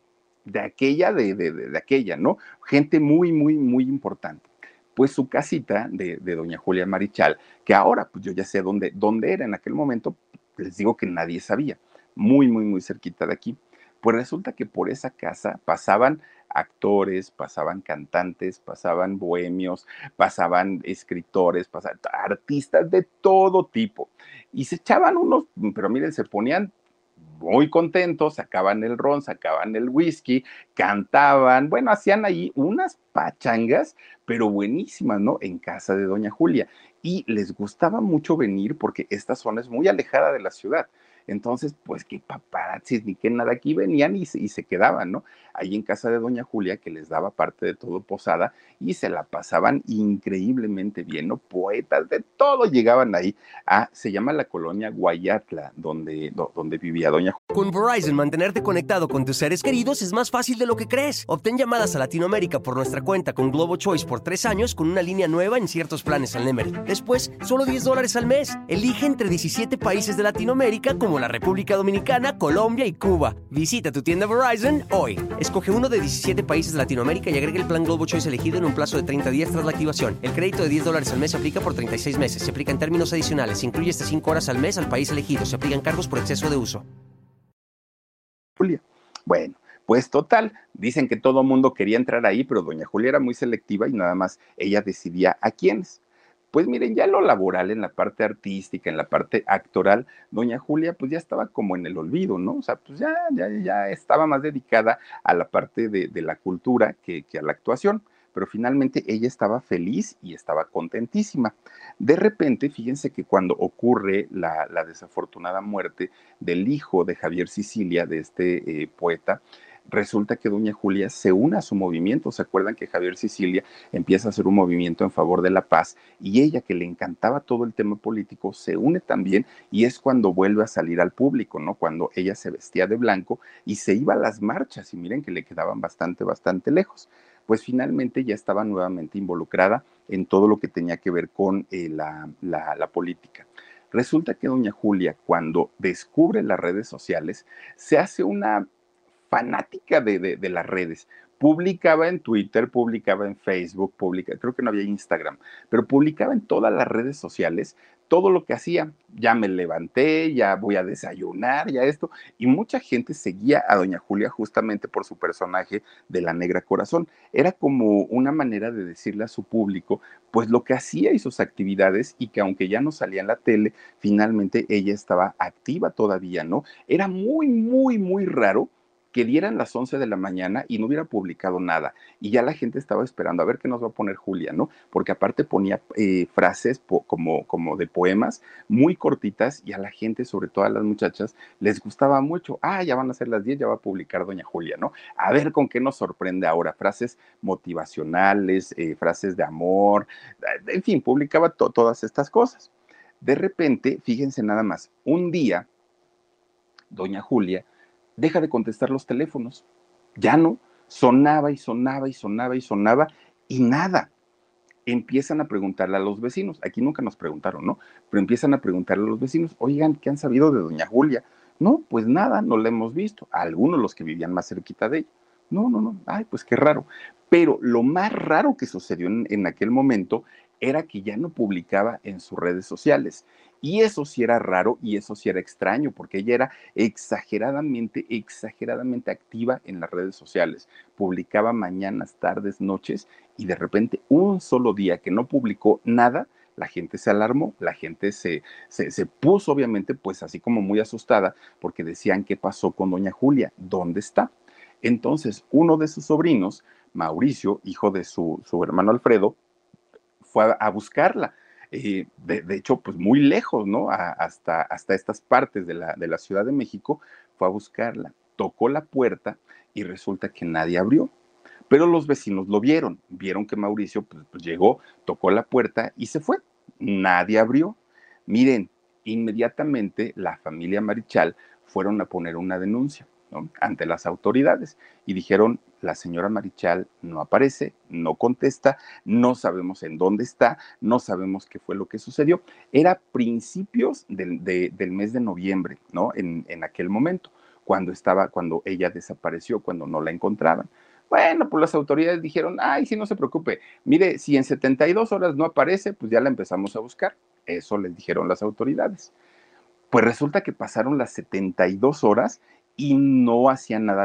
de aquella, ¿no? Gente muy importante. Pues su casita de doña Julia Marichal, que ahora, pues yo ya sé dónde era en aquel momento, les digo que nadie sabía, muy cerquita de aquí. Pues resulta que por esa casa pasaban actores, pasaban cantantes, pasaban bohemios, pasaban escritores, pasaban artistas de todo tipo. Y se echaban unos, pero miren, se ponían muy contentos, sacaban el ron, sacaban el whisky, cantaban, bueno, hacían ahí unas pachangas, pero buenísimas, ¿no? En casa de doña Julia. Y les gustaba mucho venir porque esta zona es muy alejada de la ciudad. Entonces, pues qué paparazzis ni qué nada, aquí venían y se quedaban, ¿no? Ahí en casa de doña Julia, que les daba parte de todo posada, y se la pasaban increíblemente bien, ¿no? Poetas de todo llegaban ahí. Se llama la colonia Guayatla, donde vivía doña Julia. Con Verizon, mantenerte conectado con tus seres queridos es más fácil de lo que crees. Obtén llamadas a Latinoamérica por nuestra cuenta con Globo Choice por 3 años con una línea nueva en ciertos planes al Nemery. Después, solo $10 al mes. Elige entre 17 países de Latinoamérica como la República Dominicana, Colombia y Cuba. Visita tu tienda Verizon hoy. Escoge uno de 17 países de Latinoamérica y agrega el plan Globo Choice elegido en un plazo de 30 días tras la activación. El crédito de $10 al mes se aplica por 36 meses. Se aplica en términos adicionales. Se incluye hasta 5 horas al mes al país elegido. Se aplican cargos por exceso de uso. Julia. Bueno, pues total, dicen que todo mundo quería entrar ahí, pero doña Julia era muy selectiva y nada más ella decidía a quiénes. Pues miren, ya en lo laboral, en la parte artística, en la parte actoral, doña Julia pues ya estaba como en el olvido, ¿no? O sea, pues ya estaba más dedicada a la parte de la cultura que a la actuación, pero finalmente ella estaba feliz y estaba contentísima. De repente, fíjense que cuando ocurre la desafortunada muerte del hijo de Javier Sicilia, de este poeta, resulta que doña Julia se une a su movimiento. ¿Se acuerdan que Javier Sicilia empieza a hacer un movimiento en favor de la paz y ella, que le encantaba todo el tema político, se une también y es cuando vuelve a salir al público, ¿no? Cuando ella se vestía de blanco y se iba a las marchas y miren que le quedaban bastante lejos. Pues finalmente ya estaba nuevamente involucrada en todo lo que tenía que ver con la política. Resulta que doña Julia, cuando descubre las redes sociales, se hace una fanática de las redes. Publicaba en Twitter, publicaba en Facebook, creo que no había Instagram, pero publicaba en todas las redes sociales todo lo que hacía. Ya me levanté, ya voy a desayunar, ya esto. Y mucha gente seguía a doña Julia justamente por su personaje de la Negra Corazón. Era como una manera de decirle a su público, pues lo que hacía y sus actividades, y que aunque ya no salía en la tele, finalmente ella estaba activa todavía, ¿no? Era muy raro que dieran las 11 de la mañana y no hubiera publicado nada. Y ya la gente estaba esperando a ver qué nos va a poner Julia, ¿no? Porque aparte ponía frases como de poemas muy cortitas y a la gente, sobre todo a las muchachas, les gustaba mucho. Ah, ya van a ser las 10, ya va a publicar doña Julia, ¿no? A ver con qué nos sorprende ahora. Frases motivacionales, frases de amor, en fin, publicaba todas estas cosas. De repente, fíjense nada más, un día, doña Julia deja de contestar los teléfonos. Ya no, sonaba y sonaba y sonaba y sonaba y nada. Empiezan a preguntarle a los vecinos, aquí nunca nos preguntaron, ¿no? Pero empiezan a preguntarle a los vecinos, oigan, ¿qué han sabido de doña Julia? No, pues nada, no la hemos visto. A algunos los que vivían más cerquita de ella. No, no, no, ay, pues qué raro. Pero lo más raro que sucedió en aquel momento era que ya no publicaba en sus redes sociales. Y eso sí era raro y eso sí era extraño, porque ella era exageradamente, exageradamente activa en las redes sociales. Publicaba mañanas, tardes, noches, y de repente un solo día que no publicó nada, la gente se alarmó, la gente se puso obviamente pues así como muy asustada porque decían qué pasó con doña Julia, ¿dónde está? Entonces uno de sus sobrinos, Mauricio, hijo de su hermano Alfredo, fue a buscarla. De hecho, pues muy lejos, ¿no? Hasta estas partes de la Ciudad de México, fue a buscarla. Tocó la puerta y resulta que nadie abrió. Pero los vecinos lo vieron que Mauricio pues llegó, tocó la puerta y se fue. Nadie abrió. Miren, inmediatamente la familia Marichal fueron a poner una denuncia, ¿no? Ante las autoridades y dijeron, la señora Marichal no aparece, no contesta, no sabemos en dónde está, no sabemos qué fue lo que sucedió. Era principios del mes de noviembre, ¿no? En aquel momento, cuando ella desapareció, cuando no la encontraban. Bueno, pues las autoridades dijeron, ay, sí, no se preocupe, mire, si en 72 horas no aparece, pues ya la empezamos a buscar. Eso les dijeron las autoridades. Pues resulta que pasaron las 72 horas y no hacían nada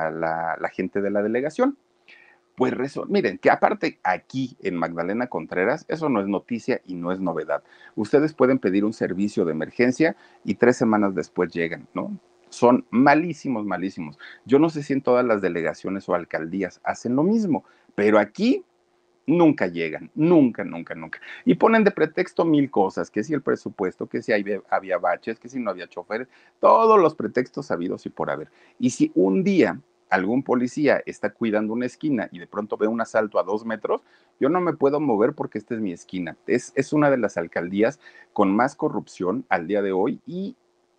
la gente de la delegación. Pues miren, que aparte aquí en Magdalena Contreras, eso no es noticia y no es novedad. Ustedes pueden pedir un servicio de emergencia y 3 semanas después llegan, ¿no? Son malísimos, malísimos. Yo no sé si en todas las delegaciones o alcaldías hacen lo mismo, pero aquí nunca llegan, nunca, nunca, nunca. Y ponen de pretexto mil cosas, que si el presupuesto, que si había baches, que si no había choferes, todos los pretextos habidos y por haber. Y si un día algún policía está cuidando una esquina y de pronto ve un asalto a 2 metros, yo no me puedo mover porque esta es mi esquina. Es una de las alcaldías con más corrupción al día de hoy y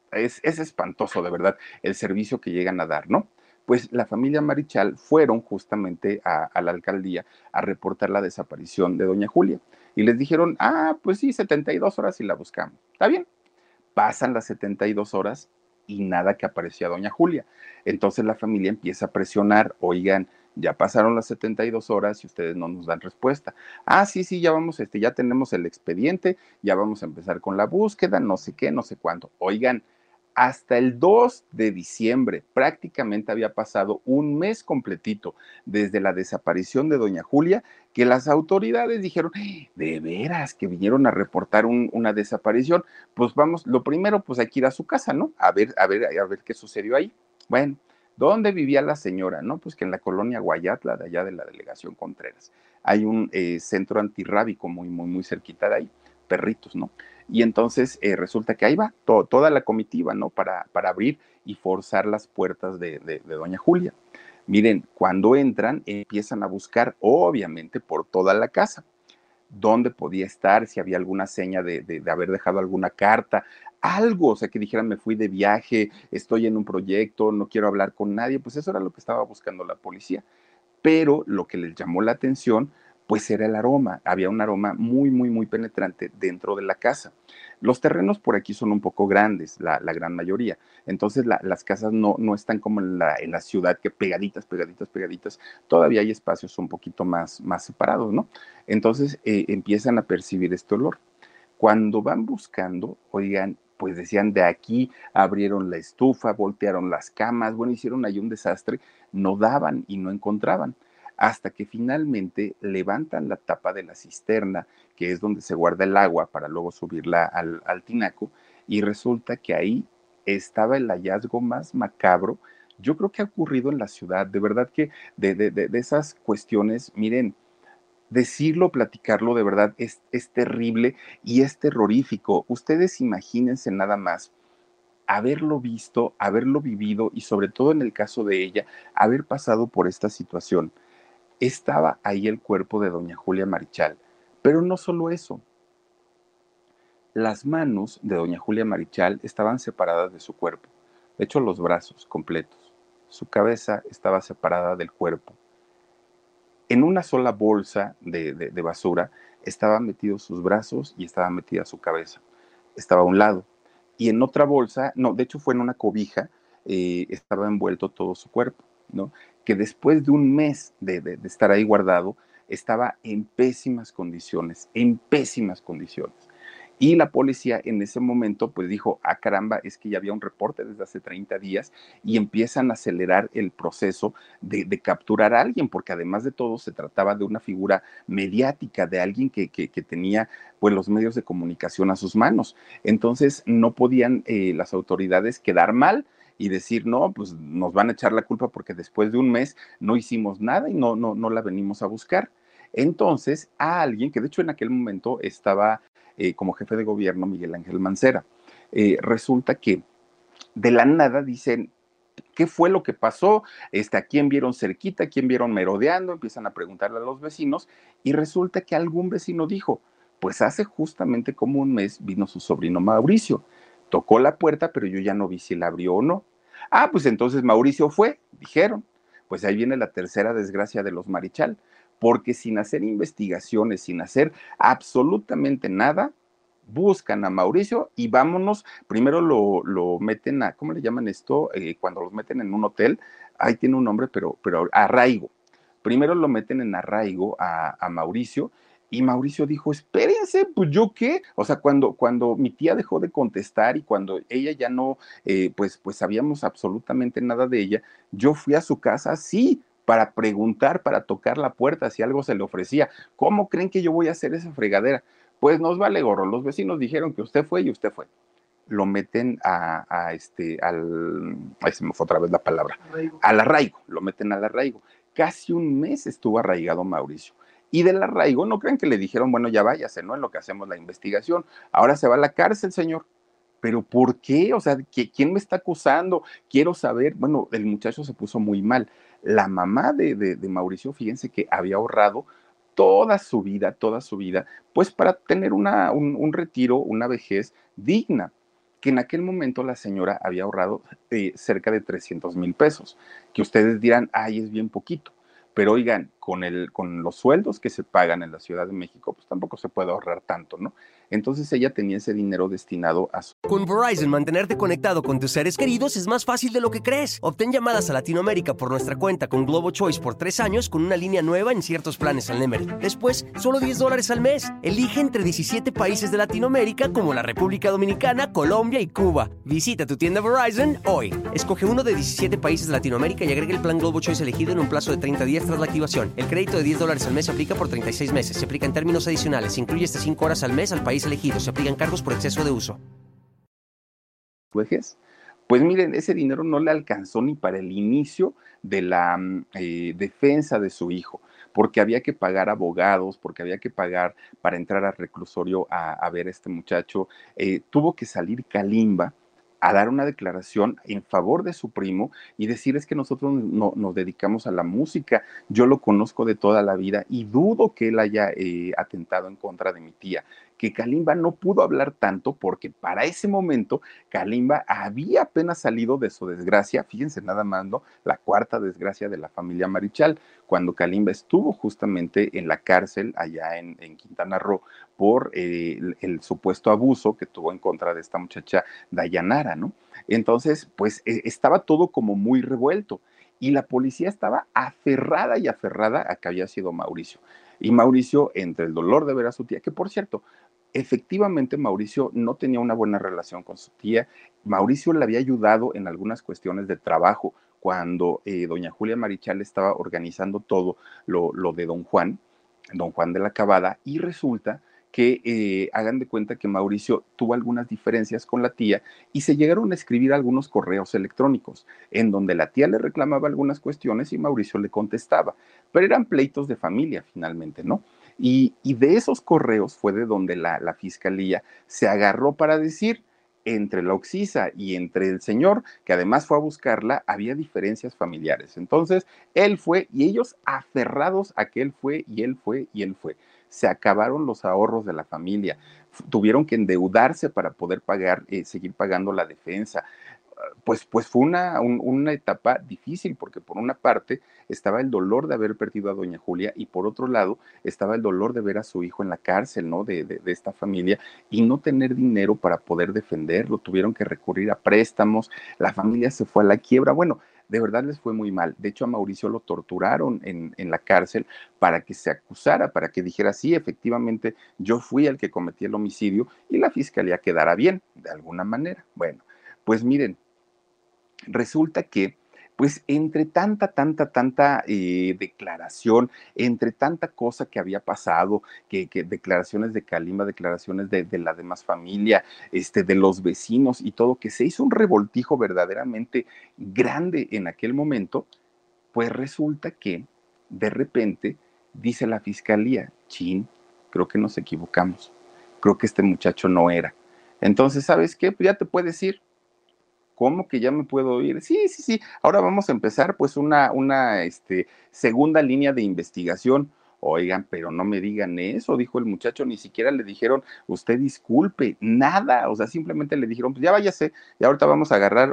es espantoso, de verdad, el servicio que llegan a dar, ¿no? Pues la familia Marichal fueron justamente a la alcaldía a reportar la desaparición de doña Julia. Y les dijeron, ah, pues sí, 72 horas y la buscamos. Está bien. Pasan las 72 horas y nada que aparecía doña Julia. Entonces la familia empieza a presionar, oigan, ya pasaron las 72 horas y ustedes no nos dan respuesta. Ah, sí, sí, ya vamos, ya tenemos el expediente, ya vamos a empezar con la búsqueda, no sé qué, no sé cuánto. Oigan, hasta el 2 de diciembre, prácticamente había pasado un mes completito desde la desaparición de doña Julia, que las autoridades dijeron, de veras, que vinieron a reportar una desaparición, pues vamos, lo primero, pues hay que ir a su casa, ¿no? A ver qué sucedió ahí. Bueno, ¿dónde vivía la señora? No, pues que en la colonia Guayatla, de allá de la delegación Contreras. Hay un centro antirrábico muy, muy, muy cerquita de ahí, perritos, ¿no? Y entonces resulta que ahí va toda la comitiva, ¿no? Para abrir y forzar las puertas de doña Julia. Miren, cuando entran, empiezan a buscar, obviamente, por toda la casa, dónde podía estar, si había alguna seña de haber dejado alguna carta, algo, o sea, que dijeran, me fui de viaje, estoy en un proyecto, no quiero hablar con nadie, pues eso era lo que estaba buscando la policía. Pero lo que les llamó la atención, pues era el aroma. Había un aroma muy, muy, muy penetrante dentro de la casa. Los terrenos por aquí son un poco grandes, la gran mayoría. Entonces las casas no están como en la ciudad, que pegaditas, pegaditas, pegaditas. Todavía hay espacios un poquito más separados, ¿no? Entonces empiezan a percibir este olor. Cuando van buscando, oigan, pues decían, de aquí abrieron la estufa, voltearon las camas, bueno, hicieron ahí un desastre, no daban y no encontraban, hasta que finalmente levantan la tapa de la cisterna, que es donde se guarda el agua para luego subirla al tinaco, y resulta que ahí estaba el hallazgo más macabro. yo creo que ha ocurrido en la ciudad, de verdad que de esas cuestiones, miren, decirlo, platicarlo, de verdad es terrible y es terrorífico. Ustedes imagínense nada más haberlo visto, haberlo vivido y sobre todo en el caso de ella, haber pasado por esta situación. Estaba ahí el cuerpo de doña Julia Marichal, pero no solo eso, las manos de doña Julia Marichal estaban separadas de su cuerpo, de hecho los brazos completos, su cabeza estaba separada del cuerpo. En una sola bolsa de basura estaban metidos sus brazos y estaba metida su cabeza. Estaba a un lado. Y en otra bolsa, no, de hecho fue en una cobija, estaba envuelto todo su cuerpo, ¿no? Que después de un mes de estar ahí guardado, estaba en pésimas condiciones, en pésimas condiciones. Y la policía en ese momento pues dijo, ah caramba, es que ya había un reporte desde hace 30 días y empiezan a acelerar el proceso de capturar a alguien, porque además de todo se trataba de una figura mediática, de alguien que tenía pues los medios de comunicación a sus manos. Entonces no podían las autoridades quedar mal y decir, no, pues nos van a echar la culpa porque después de un mes no hicimos nada y no la venimos a buscar. Entonces, a alguien que de hecho en aquel momento estaba como jefe de gobierno Miguel Ángel Mancera. Resulta que de la nada dicen, ¿qué fue lo que pasó? ¿A quién vieron cerquita? ¿A quién vieron merodeando? Empiezan a preguntarle a los vecinos y resulta que algún vecino dijo, pues hace justamente como un mes vino su sobrino Mauricio. Tocó la puerta, pero yo ya no vi si la abrió o no. Ah, pues entonces Mauricio fue, dijeron. Pues ahí viene la tercera desgracia de los Marichal, porque sin hacer investigaciones, sin hacer absolutamente nada, buscan a Mauricio y vámonos, primero lo meten a, ¿cómo le llaman esto? Cuando los meten en un hotel, ahí tiene un nombre, pero arraigo. Primero lo meten en arraigo a Mauricio y Mauricio dijo, espérense, pues yo qué. O sea, cuando mi tía dejó de contestar y cuando ella ya no, pues sabíamos absolutamente nada de ella, yo fui a su casa, sí, para preguntar, para tocar la puerta si algo se le ofrecía. ¿Cómo creen que yo voy a hacer esa fregadera? Pues nos vale gorro. Los vecinos dijeron que usted fue y usted fue. Lo meten ay, se me fue otra vez la palabra, arraigo. Al arraigo, lo meten al arraigo. Casi un mes estuvo arraigado Mauricio. Y del arraigo, no crean que le dijeron, bueno, ya váyase, ¿no? En lo que hacemos la investigación. Ahora se va a la cárcel, señor. ¿Pero por qué? O sea, ¿quién me está acusando? Quiero saber. Bueno, el muchacho se puso muy mal. La mamá de Mauricio, fíjense que había ahorrado toda su vida, pues para tener un retiro, una vejez digna, que en aquel momento la señora había ahorrado cerca de 300,000 pesos, que ustedes dirán, ay, es bien poquito, pero oigan, con los sueldos que se pagan en la Ciudad de México, pues tampoco se puede ahorrar tanto, ¿no? Entonces ella tenía ese dinero destinado a su... Con Verizon, mantenerte conectado con tus seres queridos es más fácil de lo que crees. Obtén llamadas a Latinoamérica por nuestra cuenta con Globo Choice por 3 años con una línea nueva en ciertos planes al Nemery. Después, solo $10 al mes. Elige entre 17 países de Latinoamérica como la República Dominicana, Colombia y Cuba. Visita tu tienda Verizon hoy. Escoge uno de 17 países de Latinoamérica y agrega el plan Globo Choice elegido en un plazo de 30 días tras la activación. El crédito de $10 al mes se aplica por 36 meses. Se aplica en términos adicionales. Se incluye hasta 5 horas al mes al país elegido. Se aplican cargos por exceso de uso. Vejez. Pues miren, ese dinero no le alcanzó ni para el inicio de la defensa de su hijo, porque había que pagar abogados, porque había que pagar para entrar al reclusorio a ver a este muchacho. Tuvo que salir Kalimba a dar una declaración en favor de su primo y decir es que nosotros no, nos dedicamos a la música, yo lo conozco de toda la vida y dudo que él haya atentado en contra de mi tía, que Kalimba no pudo hablar tanto porque para ese momento Kalimba había apenas salido de su desgracia, fíjense nada más, ¿no? La cuarta desgracia de la familia Marichal, cuando Kalimba estuvo justamente en la cárcel allá en Quintana Roo por el supuesto abuso que tuvo en contra de esta muchacha Dayanara, ¿no? Entonces, pues estaba todo como muy revuelto y la policía estaba aferrada y aferrada a que había sido Mauricio. Y Mauricio, entre el dolor de ver a su tía, que por cierto, efectivamente Mauricio no tenía una buena relación con su tía, Mauricio le había ayudado en algunas cuestiones de trabajo cuando doña Julia Marichal estaba organizando todo lo de don Juan de la Cabada, y resulta que hagan de cuenta que Mauricio tuvo algunas diferencias con la tía y se llegaron a escribir algunos correos electrónicos en donde la tía le reclamaba algunas cuestiones y Mauricio le contestaba, pero eran pleitos de familia finalmente, ¿no? Y de esos correos fue de donde la fiscalía se agarró para decir, entre la Oxisa y entre el señor, que además fue a buscarla, había diferencias familiares. Entonces, él fue y ellos aferrados a que él fue y él fue y él fue. Se acabaron los ahorros de la familia, tuvieron que endeudarse para poder pagar, seguir pagando la defensa. Pues fue una etapa difícil, porque por una parte estaba el dolor de haber perdido a doña Julia y por otro lado estaba el dolor de ver a su hijo en la cárcel, ¿no? De esta familia y no tener dinero para poder defenderlo. Tuvieron que recurrir a préstamos, la familia se fue a la quiebra. Bueno, de verdad les fue muy mal. De hecho, a Mauricio lo torturaron en la cárcel para que se acusara, para que dijera, sí, efectivamente, yo fui el que cometí el homicidio y la fiscalía quedara bien, de alguna manera. Bueno, pues miren, resulta que, pues entre tanta declaración, entre tanta cosa que había pasado, que declaraciones de Calima, declaraciones de la demás familia, de los vecinos y todo, que se hizo un revoltijo verdaderamente grande en aquel momento, pues resulta que de repente dice la fiscalía, chin, creo que nos equivocamos, creo que este muchacho no era. Entonces, ¿sabes qué? Pues ya te puedes ir. ¿Cómo que ya me puedo ir? Sí, sí, sí. Ahora vamos a empezar pues una segunda línea de investigación. Oigan, pero no me digan eso, dijo el muchacho, ni siquiera le dijeron, usted disculpe, nada, o sea, simplemente le dijeron, pues ya váyase, y ahorita vamos a agarrar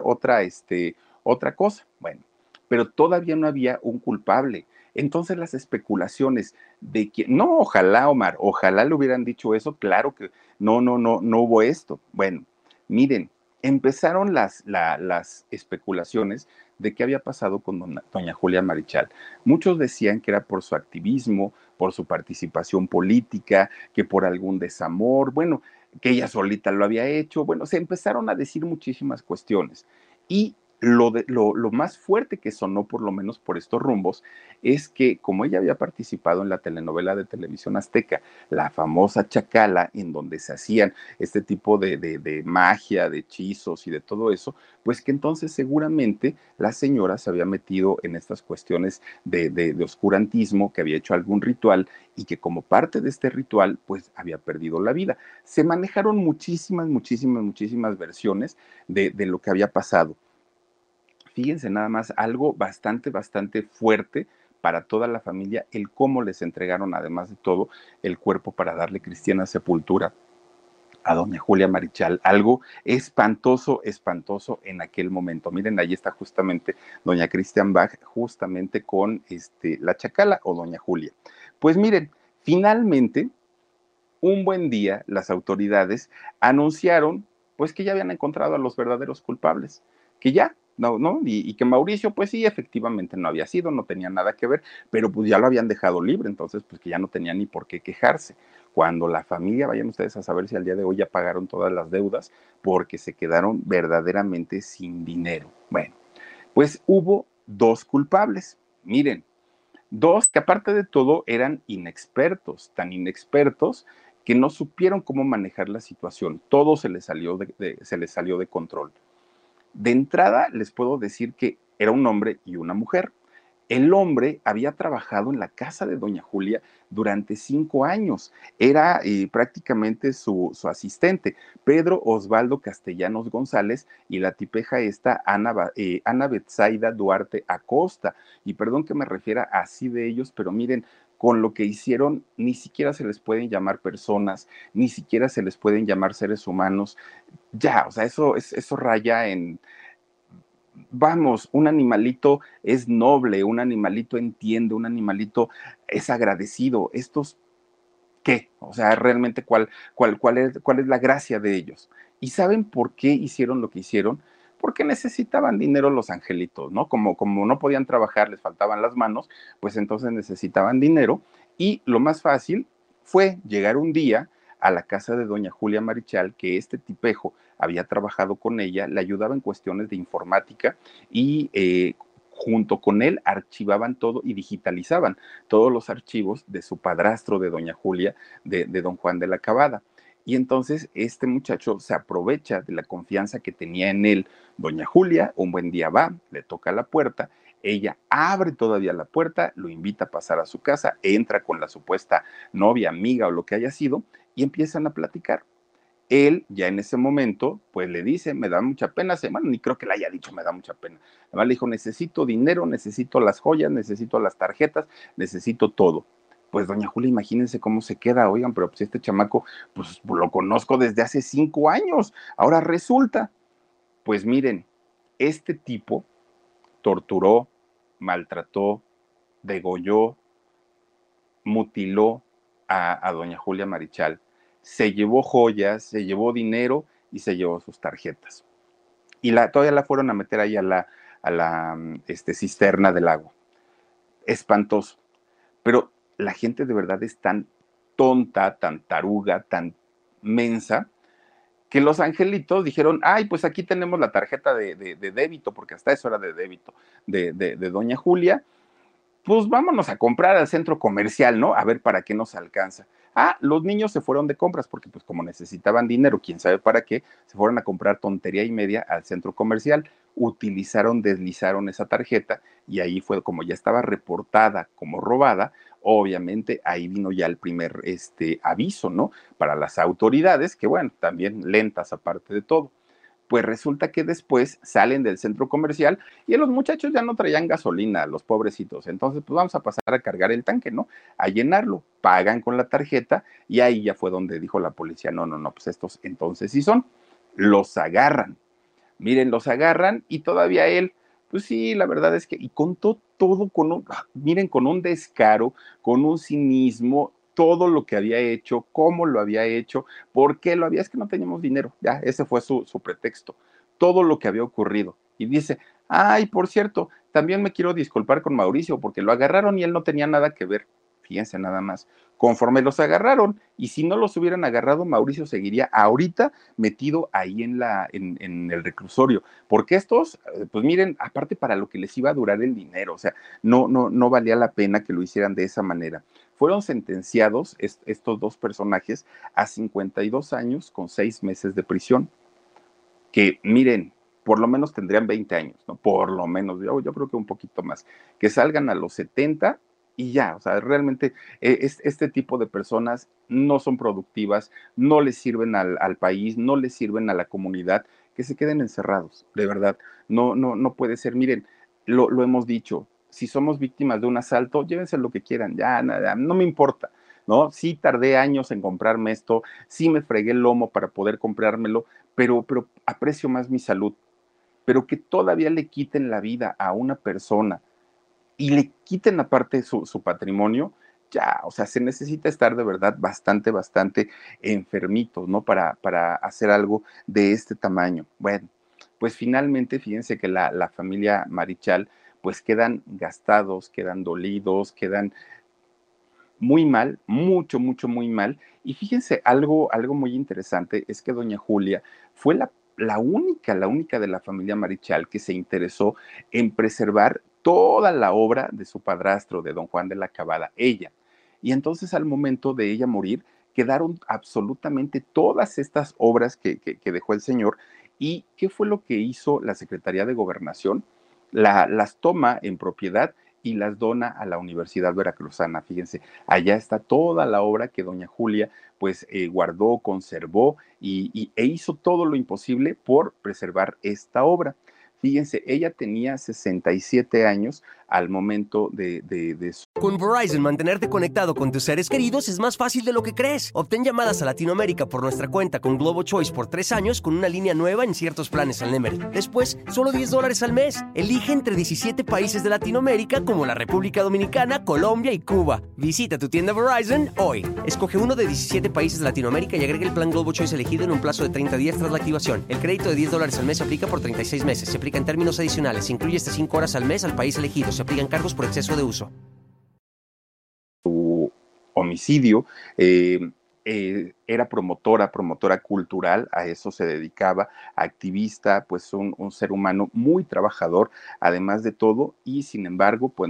otra cosa. Bueno, pero todavía no había un culpable. Entonces las especulaciones de que, no, ojalá, Omar, ojalá le hubieran dicho eso, claro que no hubo esto. Bueno, miren, empezaron las especulaciones de qué había pasado con doña Julia Marichal. Muchos decían que era por su activismo, por su participación política, que por algún desamor, bueno, que ella solita lo había hecho. Bueno, se empezaron a decir muchísimas cuestiones. Y lo más fuerte que sonó, por lo menos por estos rumbos, es que como ella había participado en la telenovela de Televisión Azteca, la famosa Chacala, en donde se hacían este tipo de magia, de hechizos y de todo eso, pues que entonces seguramente la señora se había metido en estas cuestiones de oscurantismo, que había hecho algún ritual y que como parte de este ritual, pues había perdido la vida. Se manejaron muchísimas versiones de lo que había pasado. Fíjense nada más, algo bastante fuerte para toda la familia, el cómo les entregaron, además de todo, el cuerpo para darle cristiana sepultura a doña Julia Marichal, algo espantoso en aquel momento. Miren, ahí está justamente doña Christian Bach, justamente con la Chacala o doña Julia. Pues miren, finalmente, un buen día, las autoridades anunciaron pues que ya habían encontrado a los verdaderos culpables, que ya, no, y que Mauricio, pues sí, efectivamente no había sido, no tenía nada que ver, pero pues ya lo habían dejado libre, entonces pues que ya no tenía ni por qué quejarse. Cuando la familia, vayan ustedes a saber si al día de hoy ya pagaron todas las deudas, porque se quedaron verdaderamente sin dinero. Bueno, pues hubo dos culpables. Miren, dos que aparte de todo eran inexpertos, tan inexpertos que no supieron cómo manejar la situación. Todo se les salió de control. De entrada, les puedo decir que era un hombre y una mujer. El hombre había trabajado en la casa de doña Julia durante 5 años. Era prácticamente su asistente, Pedro Osvaldo Castellanos González, y la tipeja esta, Ana Betsaida Duarte Acosta. Y perdón que me refiera así de ellos, pero miren, con lo que hicieron, ni siquiera se les pueden llamar personas, ni siquiera se les pueden llamar seres humanos. Ya, o sea, eso raya en, vamos, un animalito es noble, un animalito entiende, un animalito es agradecido. Estos, ¿qué? O sea, realmente, ¿cuál es la gracia de ellos? ¿Y saben por qué hicieron lo que hicieron? Porque necesitaban dinero los angelitos, ¿no? Como no podían trabajar, les faltaban las manos, pues entonces necesitaban dinero. Y lo más fácil fue llegar un día a la casa de doña Julia Marichal, que este tipejo había trabajado con ella, le ayudaba en cuestiones de informática y junto con él archivaban todo y digitalizaban todos los archivos de su padrastro, de doña Julia, de don Juan de la Cabada. Y entonces este muchacho se aprovecha de la confianza que tenía en él doña Julia. Un buen día va, le toca la puerta, ella abre todavía la puerta, lo invita a pasar a su casa, entra con la supuesta novia, amiga o lo que haya sido, y empiezan a platicar. Él ya en ese momento, pues le dice, me da mucha pena, bueno, ni creo que le haya dicho, me da mucha pena. Además le dijo, necesito dinero, necesito las joyas, necesito las tarjetas, necesito todo. Pues doña Julia, imagínense cómo se queda, oigan, pero pues este chamaco, pues lo conozco desde hace 5 años. Ahora resulta, pues miren, este tipo torturó, maltrató, degolló, mutiló a doña Julia Marichal, se llevó joyas, se llevó dinero y se llevó sus tarjetas. Y todavía la fueron a meter ahí a la cisterna del agua. Espantoso. Pero la gente de verdad es tan tonta, tan taruga, tan mensa, que los angelitos dijeron, ay, pues aquí tenemos la tarjeta de débito, porque hasta eso era de débito, de doña Julia, pues vámonos a comprar al centro comercial, ¿no? A ver para qué nos alcanza. Ah, los niños se fueron de compras porque pues como necesitaban dinero, quién sabe para qué, se fueron a comprar tontería y media al centro comercial, deslizaron esa tarjeta y ahí fue como ya estaba reportada como robada, obviamente ahí vino ya el primer aviso, ¿no? Para las autoridades, que bueno, también lentas aparte de todo. Pues resulta que después salen del centro comercial y los muchachos ya no traían gasolina, los pobrecitos. Entonces, pues vamos a pasar a cargar el tanque, ¿no? A llenarlo. Pagan con la tarjeta y ahí ya fue donde dijo la policía, no, pues estos entonces sí son. Los agarran. Miren, los agarran y todavía él, pues sí, la verdad es que, y contó todo con un descaro, con un cinismo, todo lo que había hecho, cómo lo había hecho, por qué lo había, es que no teníamos dinero, ya, ese fue su pretexto, todo lo que había ocurrido. Y dice, ay, por cierto, también me quiero disculpar con Mauricio, porque lo agarraron y él no tenía nada que ver. Fíjense nada más, conforme los agarraron, y si no los hubieran agarrado, Mauricio seguiría ahorita metido ahí en el reclusorio, porque estos, pues miren, aparte para lo que les iba a durar el dinero, o sea, no valía la pena que lo hicieran de esa manera. Fueron sentenciados estos dos personajes a 52 años con 6 meses de prisión, que miren, por lo menos tendrían 20 años, ¿no? Por lo menos, yo creo que un poquito más, que salgan a los 70 y ya, o sea, realmente este tipo de personas no son productivas, no les sirven al país, no les sirven a la comunidad, que se queden encerrados, de verdad, no puede ser, miren, lo hemos dicho, si somos víctimas de un asalto, llévense lo que quieran, ya, nada, no me importa, ¿no? Sí tardé años en comprarme esto, sí me fregué el lomo para poder comprármelo, pero aprecio más mi salud, pero que todavía le quiten la vida a una persona y le quiten aparte su patrimonio, ya, o sea, se necesita estar de verdad bastante enfermito, ¿no? Para hacer algo de este tamaño. Bueno, pues finalmente, fíjense que la familia Marichal, pues quedan gastados, quedan dolidos, quedan muy mal, muy mal. Y fíjense, algo muy interesante es que doña Julia fue la única de la familia Marichal que se interesó en preservar toda la obra de su padrastro, de don Juan de la Cabada, ella. Y entonces al momento de ella morir, quedaron absolutamente todas estas obras que dejó el señor. ¿Y qué fue lo que hizo la Secretaría de Gobernación? Las toma en propiedad y las dona a la Universidad Veracruzana. Fíjense, allá está toda la obra que doña Julia pues guardó, conservó e hizo todo lo imposible por preservar esta obra. Fíjense, ella tenía 67 años al momento de su... Con Verizon, mantenerte conectado con tus seres queridos es más fácil de lo que crees. Obtén llamadas a Latinoamérica por nuestra cuenta con Globo Choice por 3 años con una línea nueva en ciertos planes al Nemery. Después, solo $10 al mes. Elige entre 17 países de Latinoamérica como la República Dominicana, Colombia y Cuba. Visita tu tienda Verizon hoy. Escoge uno de 17 países de Latinoamérica y agrega el plan Globo Choice elegido en un plazo de 30 días tras la activación. El crédito de $10 al mes se aplica por 36 meses. Se aplica en términos adicionales. Se incluye hasta 5 horas al mes al país elegido. Se aplican cargos por exceso de uso. Su homicidio, era promotora cultural, a eso se dedicaba, activista, pues un ser humano muy trabajador, además de todo, y sin embargo, pues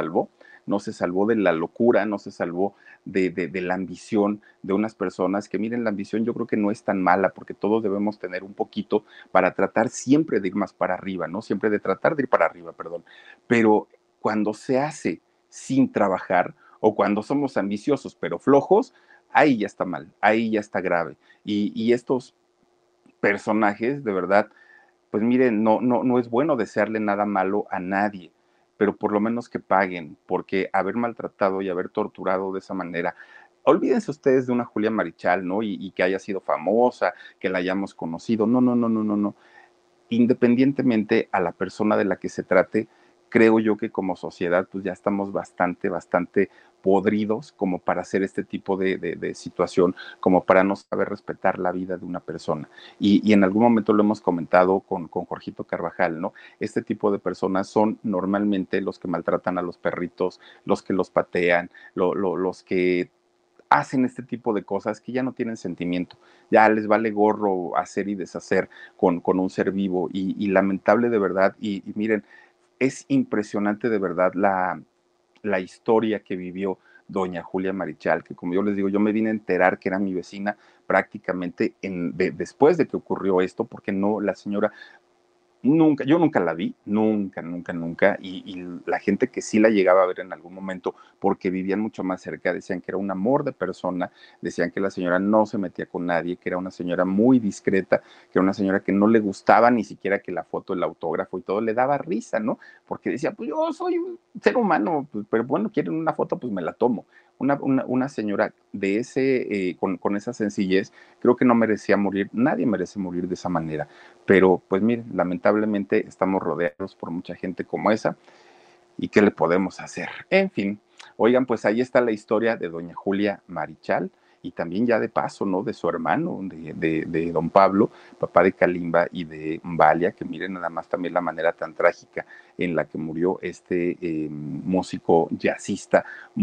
no se salvó de la locura, no se salvó de la ambición de unas personas que, miren, la ambición yo creo que no es tan mala, porque todos debemos tener un poquito para tratar siempre de ir más para arriba, ¿no? Siempre de tratar de ir para arriba, perdón. Pero cuando se hace sin trabajar, o cuando somos ambiciosos pero flojos, ahí ya está mal, ahí ya está grave. Y estos personajes, de verdad, pues miren, no es bueno desearle nada malo a nadie, pero por lo menos que paguen, porque haber maltratado y haber torturado de esa manera. Olvídense ustedes de una Julia Marichal, ¿no? Y que haya sido famosa, que la hayamos conocido. No, no, no, no, no, no. Independientemente a la persona de la que se trate, creo yo que como sociedad pues ya estamos bastante podridos como para hacer este tipo de situación, como para no saber respetar la vida de una persona. Y en algún momento lo hemos comentado con Jorgito Carvajal, ¿no? Este tipo de personas son normalmente los que maltratan a los perritos, los que los patean, los que hacen este tipo de cosas que ya no tienen sentimiento, ya les vale gorro hacer y deshacer con un ser vivo y lamentable de verdad. Y miren, es impresionante de verdad la historia que vivió doña Julia Marichal, que como yo les digo, yo me vine a enterar que era mi vecina prácticamente después de que ocurrió esto, porque no, la señora nunca, yo nunca la vi, nunca, y la gente que sí la llegaba a ver en algún momento, porque vivían mucho más cerca, decían que era un amor de persona, decían que la señora no se metía con nadie, que era una señora muy discreta, que era una señora que no le gustaba ni siquiera que la foto, el autógrafo y todo, le daba risa, ¿no? Porque decía, pues yo soy un ser humano, pues, pero bueno, quieren una foto, pues me la tomo. Una señora de con esa sencillez, creo que no merecía morir, nadie merece morir de esa manera. Pero pues miren, lamentablemente estamos rodeados por mucha gente como esa y ¿qué le podemos hacer? En fin, oigan, pues ahí está la historia de doña Julia Marichal y también ya de paso, ¿no? De su hermano, de don Pablo, papá de Kalimba y de Valia, que miren nada más también la manera tan trágica en la que murió este músico jazzista,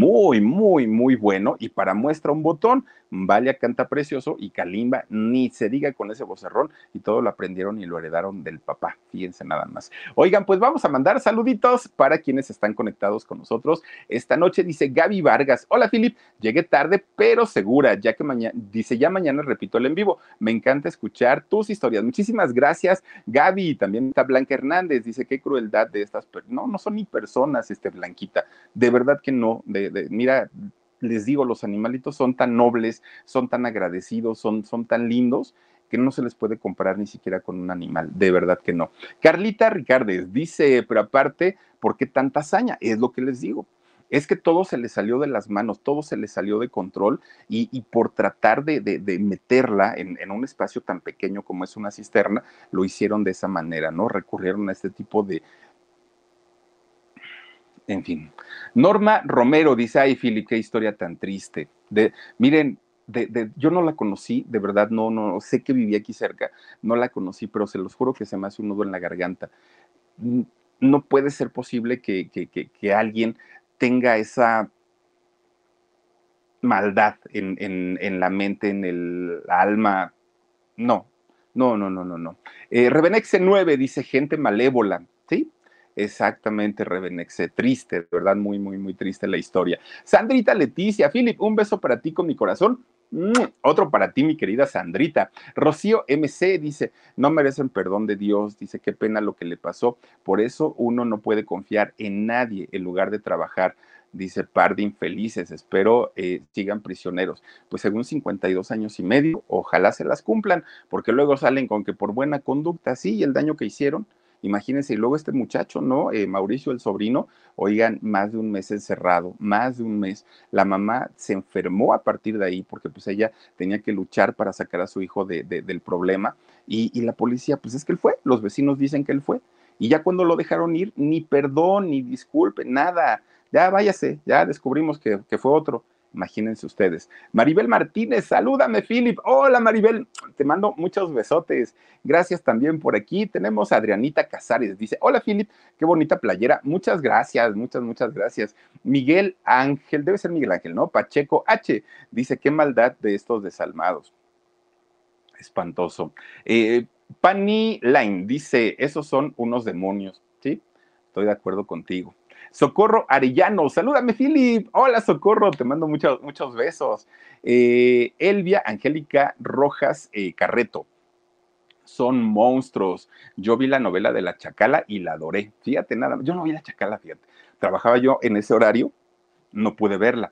muy bueno, y para muestra un botón, Valia canta precioso y Kalimba ni se diga con ese vocerrón y todo lo aprendieron y lo heredaron del papá, fíjense nada más. Oigan, pues vamos a mandar saluditos para quienes están conectados con nosotros esta noche. Dice Gaby Vargas, hola Philip, llegué tarde pero segura, ya que mañana, dice ya mañana repito el en vivo, me encanta escuchar tus historias. Muchísimas gracias Gaby. También está Blanca Hernández, dice qué crueldad de estas, no son ni personas, Blanquita, de verdad que no, mira, les digo, los animalitos son tan nobles, son tan agradecidos, son tan lindos que no se les puede comparar ni siquiera con un animal, de verdad que no. Carlita Ricardes dice, pero aparte, ¿por qué tanta hazaña? Es lo que les digo. Es que todo se le salió de las manos, todo se le salió de control y por tratar de meterla en un espacio tan pequeño como es una cisterna, lo hicieron de esa manera, ¿no? Recurrieron a este tipo en fin. Norma Romero dice, ay, Philip, qué historia tan triste. Miren, yo no la conocí, de verdad, no, sé que vivía aquí cerca, no la conocí, pero se los juro que se me hace un nudo en la garganta. No puede ser posible que alguien tenga esa maldad en la mente, en el alma. No, no. Rebenexe 9 dice gente malévola, ¿sí? Exactamente, Rebenexe, triste, de verdad, muy triste la historia. Sandrita Leticia, Philip, un beso para ti con mi corazón. Otro para ti, mi querida Sandrita. Rocío MC dice, no merecen perdón de Dios, dice, qué pena lo que le pasó. Por eso uno no puede confiar en nadie en lugar de trabajar. Dice, par de infelices, espero sigan prisioneros. Pues según 52 años y medio, ojalá se las cumplan, porque luego salen con que por buena conducta, sí, y el daño que hicieron, imagínense, y luego este muchacho, ¿no? Mauricio, el sobrino, oigan, más de un mes encerrado, más de un mes. La mamá se enfermó a partir de ahí, porque pues ella tenía que luchar para sacar a su hijo del problema, y la policía, pues es que él fue, los vecinos dicen que él fue, y ya cuando lo dejaron ir, ni perdón, ni disculpe, nada, ya váyase, ya descubrimos que fue otro. Imagínense ustedes. Maribel Martínez, salúdame, Philip. Hola, Maribel, te mando muchos besotes. Gracias también por aquí. Tenemos a Adrianita Casares, dice, hola, Philip, qué bonita playera. Muchas gracias, muchas gracias. Miguel Ángel, debe ser Miguel Ángel, ¿no? Pacheco H, dice, qué maldad de estos desalmados. Espantoso. Pani Line dice, esos son unos demonios, ¿sí? Estoy de acuerdo contigo. Socorro Arellano, salúdame, Philip. Hola, Socorro, te mando muchos besos. Elvia Angélica Rojas Carreto, son monstruos. Yo vi la novela de La Chacala y la adoré. Fíjate, nada más. Yo no vi La Chacala, fíjate. Trabajaba yo en ese horario, no pude verla.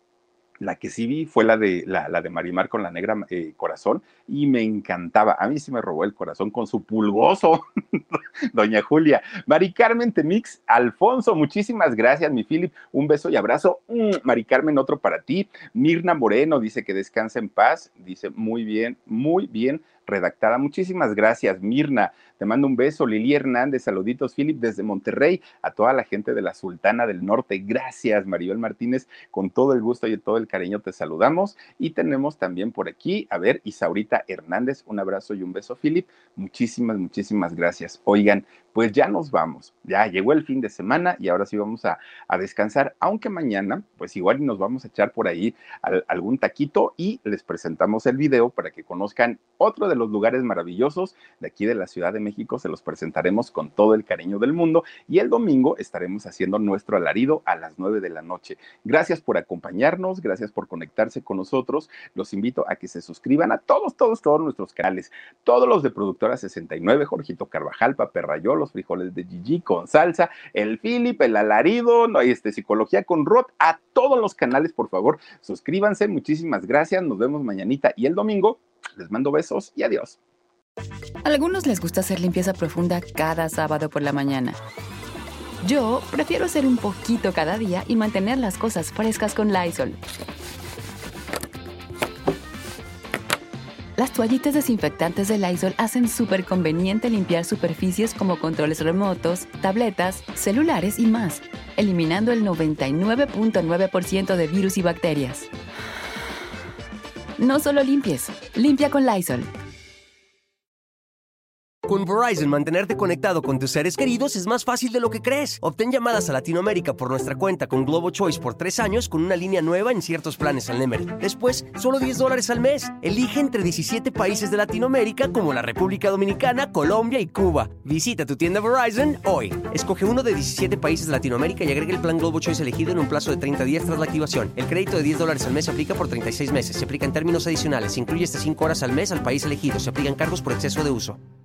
La que sí vi fue la de Marimar con la negra corazón y me encantaba. A mí sí me robó el corazón con su pulgoso, doña Julia. Mari Carmen Temix Alfonso, muchísimas gracias, mi Philip. Un beso y abrazo. Mari Carmen, otro para ti. Mirna Moreno dice que descansa en paz. Dice muy bien redactada. Muchísimas gracias, Mirna. Te mando un beso. Lili Hernández, saluditos, Philip, desde Monterrey, a toda la gente de la Sultana del Norte. Gracias, Maribel Martínez, con todo el gusto y todo el cariño te saludamos. Y tenemos también por aquí, a ver, Isaurita Hernández, un abrazo y un beso, Philip. Muchísimas gracias. Oigan, pues ya nos vamos. Ya llegó el fin de semana y ahora sí vamos a descansar, aunque mañana, pues igual nos vamos a echar por ahí algún taquito y les presentamos el video para que conozcan otro de los lugares maravillosos de aquí de la Ciudad de México. Se los presentaremos con todo el cariño del mundo y el domingo estaremos haciendo nuestro alarido a las 9 de la noche. Gracias por acompañarnos, gracias por conectarse con nosotros. Los invito a que se suscriban a todos nuestros canales, todos los de Productora 69, Jorgito Carvajal, Paperrayó, los frijoles de Gigi con salsa, el Philip, el alarido, Psicología con Rod, a todos los canales, por favor, suscríbanse. Muchísimas gracias, nos vemos mañanita y el domingo. Les mando besos y adiós. A algunos les gusta hacer limpieza profunda cada sábado por la mañana. Yo prefiero hacer un poquito cada día y mantener las cosas frescas con Lysol. Las toallitas desinfectantes de Lysol hacen súper conveniente limpiar superficies como controles remotos, tabletas, celulares y más, eliminando el 99.9% de virus y bacterias. No solo limpies, limpia con Lysol. Con Verizon, mantenerte conectado con tus seres queridos es más fácil de lo que crees. Obtén llamadas a Latinoamérica por nuestra cuenta con Globo Choice por 3 años con una línea nueva en ciertos planes al Nemery. Después, solo $10 al mes. Elige entre 17 países de Latinoamérica como la República Dominicana, Colombia y Cuba. Visita tu tienda Verizon hoy. Escoge uno de 17 países de Latinoamérica y agrega el plan Globo Choice elegido en un plazo de 30 días tras la activación. El crédito de $10 al mes se aplica por 36 meses. Se aplica en términos adicionales. Se incluye hasta 5 horas al mes al país elegido. Se aplican cargos por exceso de uso.